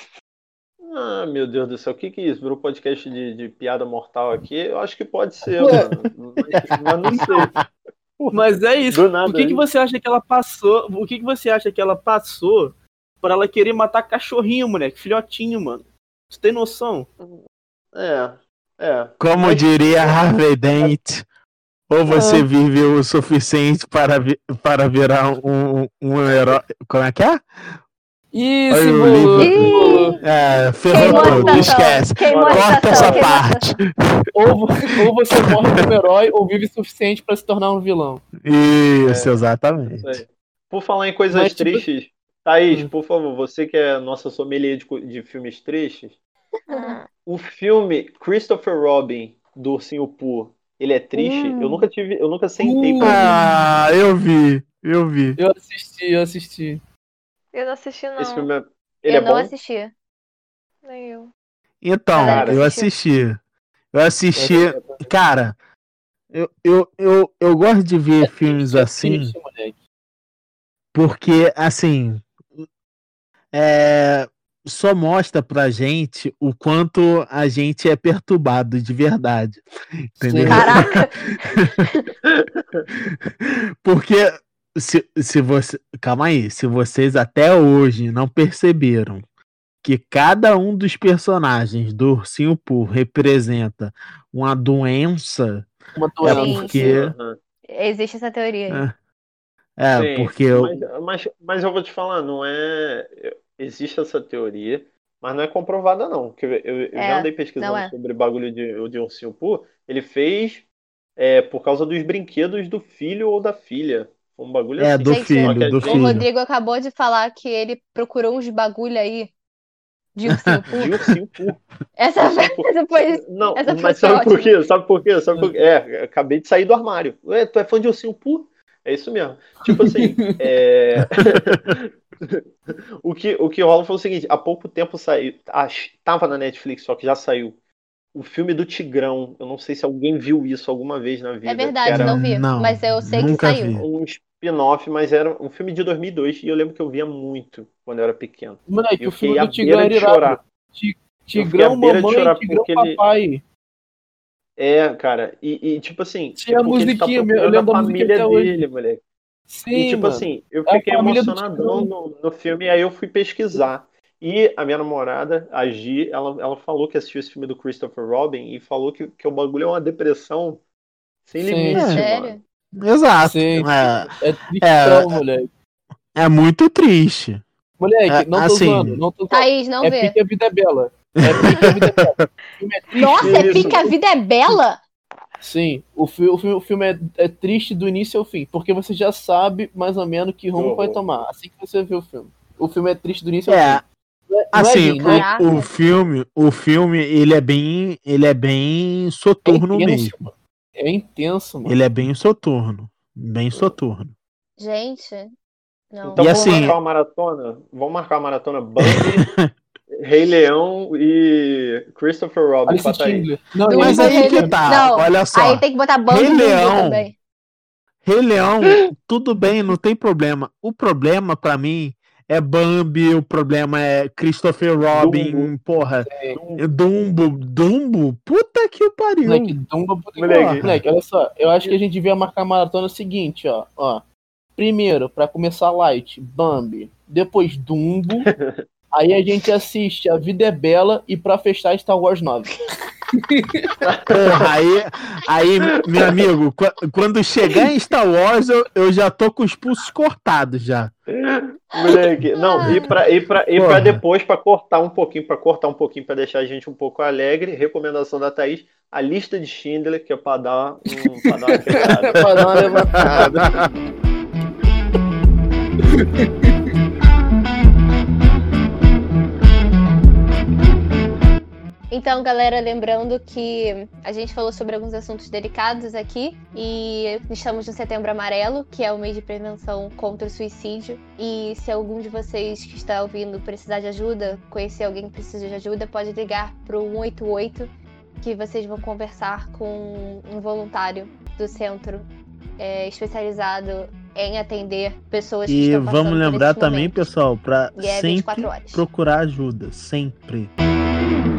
Ah, meu Deus do céu, o que que é isso? Virou podcast de, de piada mortal aqui? Eu acho que pode ser, Ué. mano. Mas, mas não sei. Mas é isso. Do nada, o que, que hein? você acha que ela passou? O que, que você acha que ela passou pra ela querer matar cachorrinho, moleque? Filhotinho, mano. Você tem noção? É, é. Como Mas- diria Harvey Dent, ou você vive o suficiente para, vi- para virar um, um herói. Como é que é? Isso, Olha o bolou, livro. bolou. É, ferrou Queimou a tudo, estação. esquece. Queimou a Corta estação. essa queimou a parte. Ou, vo- ou você morre como herói, ou vive o suficiente pra se tornar um vilão. Isso, É, exatamente. isso aí. Por falar em coisas Mas, tipo- tristes, Thaís, Hum. por favor, você que é nossa sommelier de, co- de filmes tristes, Hum. o filme Christopher Robin do Ursinho Pooh, ele é triste? Hum. Eu nunca tive, eu nunca sentei pra ver. Ah, eu vi, eu vi. Eu assisti, eu assisti. Eu não assisti, não. Esse filme é, ele Eu é não bom? assisti. Nem eu. Então, Galera que eu assistiu. assisti. Eu assisti. Cara, eu, eu, eu, eu gosto de ver filmes Triste, é assim, triste, moleque. porque, assim, é, só mostra pra gente o quanto a gente é perturbado de verdade. Entendeu? Caraca. Porque se, se você. Calma aí, se vocês até hoje não perceberam que cada um dos personagens do Ursinho Pooh representa uma doença, Uma é doença. Sim, porque. Aham. Existe essa teoria aí. É, Sim, porque eu. mas, mas, mas eu vou te falar, não é. Existe essa teoria, mas não é comprovada, não. Porque eu, eu, eu É, já andei não pesquisando é. sobre bagulho de, de Ursinho Pooh. Ele fez é, por causa dos brinquedos do filho ou da filha. Um bagulho É, assim. do Gente, filho, Só que a do O gente- filho. Rodrigo acabou de falar que ele procurou uns bagulho aí de ursinho Pooh. De Ursinho Pooh. Essa, Ursinho Pooh. essa foi. Não, essa mas foi sabe por ótima. quê? Sabe por quê? Sabe por quê? É, acabei de sair do armário. Ué, tu é fã de Ursinho Pooh? É isso mesmo. Tipo assim, é... o, que, o que rola foi o seguinte: há pouco tempo saiu. Ah, tava na Netflix, só que já saiu. O filme do Tigrão. Eu não sei se alguém viu isso alguma vez na vida. É verdade, que era não vi. Não, Mas eu sei que nunca saiu. vi. um spin-off, mas era um filme de dois mil e dois e eu lembro que eu via muito quando eu era pequeno. Moleque, Eu o filme fiquei à do Tigrão beira era de irado. chorar. Ti- fiquei à Tigrão, beira de mamãe, chorar Tigrão, porque ele- papai. É, cara, e, e, tipo assim, Tinha a porque ele tá musiquinha, eu procurando lembro a da musiquinha família até hoje. dele, moleque. Sim, E tipo mano. assim, eu É a fiquei família do emocionadão Tigrão. no, no filme, e aí eu fui pesquisar. E a minha namorada, a Gi, ela, ela falou que assistiu esse filme do Christopher Robin e falou que, que o bagulho é uma depressão sem Sim. limite, É. Sério? mano. Exato. Sim. É, É tristão, moleque. é muito triste. Moleque, É, não tô assim- zoando, não tô zoando. Thaís, não É vê. pique a vida é bela. É pique a vida é bela. O filme é triste. Nossa, é Isso. pica, a vida é bela? Sim, o, fi- o, fi- o filme é, é triste do início ao fim, porque você já sabe mais ou menos que rumo Uhum. vai tomar, assim que você vê o filme. O filme é triste do início ao É, fim. Não é- não é assim, lindo, é Caraca. o, o filme, o filme, ele é bem, ele é bem soturno intenso, mesmo. mano. É intenso, mano. Ele é bem soturno, bem soturno. Gente, não. Então E vamos assim- marcar uma maratona? Vamos marcar uma maratona Bambi, Rei Leão e Christopher Robin. Alice bota aí. Schindler. Não, Dumbo, Mas ele- aí que Rei- tá, Não, olha só. Aí tem que botar Bambi Rei e Dumbo Leão. também. Rei Leão, tudo bem, não tem problema. O problema pra mim é Bambi, o problema é Christopher Robin, Dumbo. porra, Dumbo. Dumbo, Dumbo, puta que o pariu. Moleque, Dumbo, puta que Moleque. pariu. Moleque, olha só, eu acho que a gente devia marcar a maratona seguinte, ó, ó. Primeiro, pra começar light, Bambi, depois Dumbo, aí a gente assiste A Vida é Bela e pra fechar Star Wars nove. Porra, aí, aí, meu amigo, qu- quando chegar em Star Wars, eu, eu já tô com os pulsos cortados já. Moleque, não, e pra, e pra, e pra Porra. depois, pra cortar um pouquinho, pra cortar um pouquinho, pra deixar a gente um pouco alegre, recomendação da Thaís, a lista de Schindler, que é pra dar, um, pra dar uma quebrada. Pra dar uma levantada. Então, galera, lembrando que a gente falou sobre alguns assuntos delicados aqui e estamos no Setembro Amarelo, que é o mês de prevenção contra o suicídio. E se algum de vocês que está ouvindo precisar de ajuda, conhecer alguém que precisa de ajuda, pode ligar para o um oito oito, que vocês vão conversar com um voluntário do centro é, especializado em atender pessoas que E estão passando vamos por lembrar esses também, momentos. pessoal, pra E é vinte e sempre quatro horas. procurar ajuda, sempre.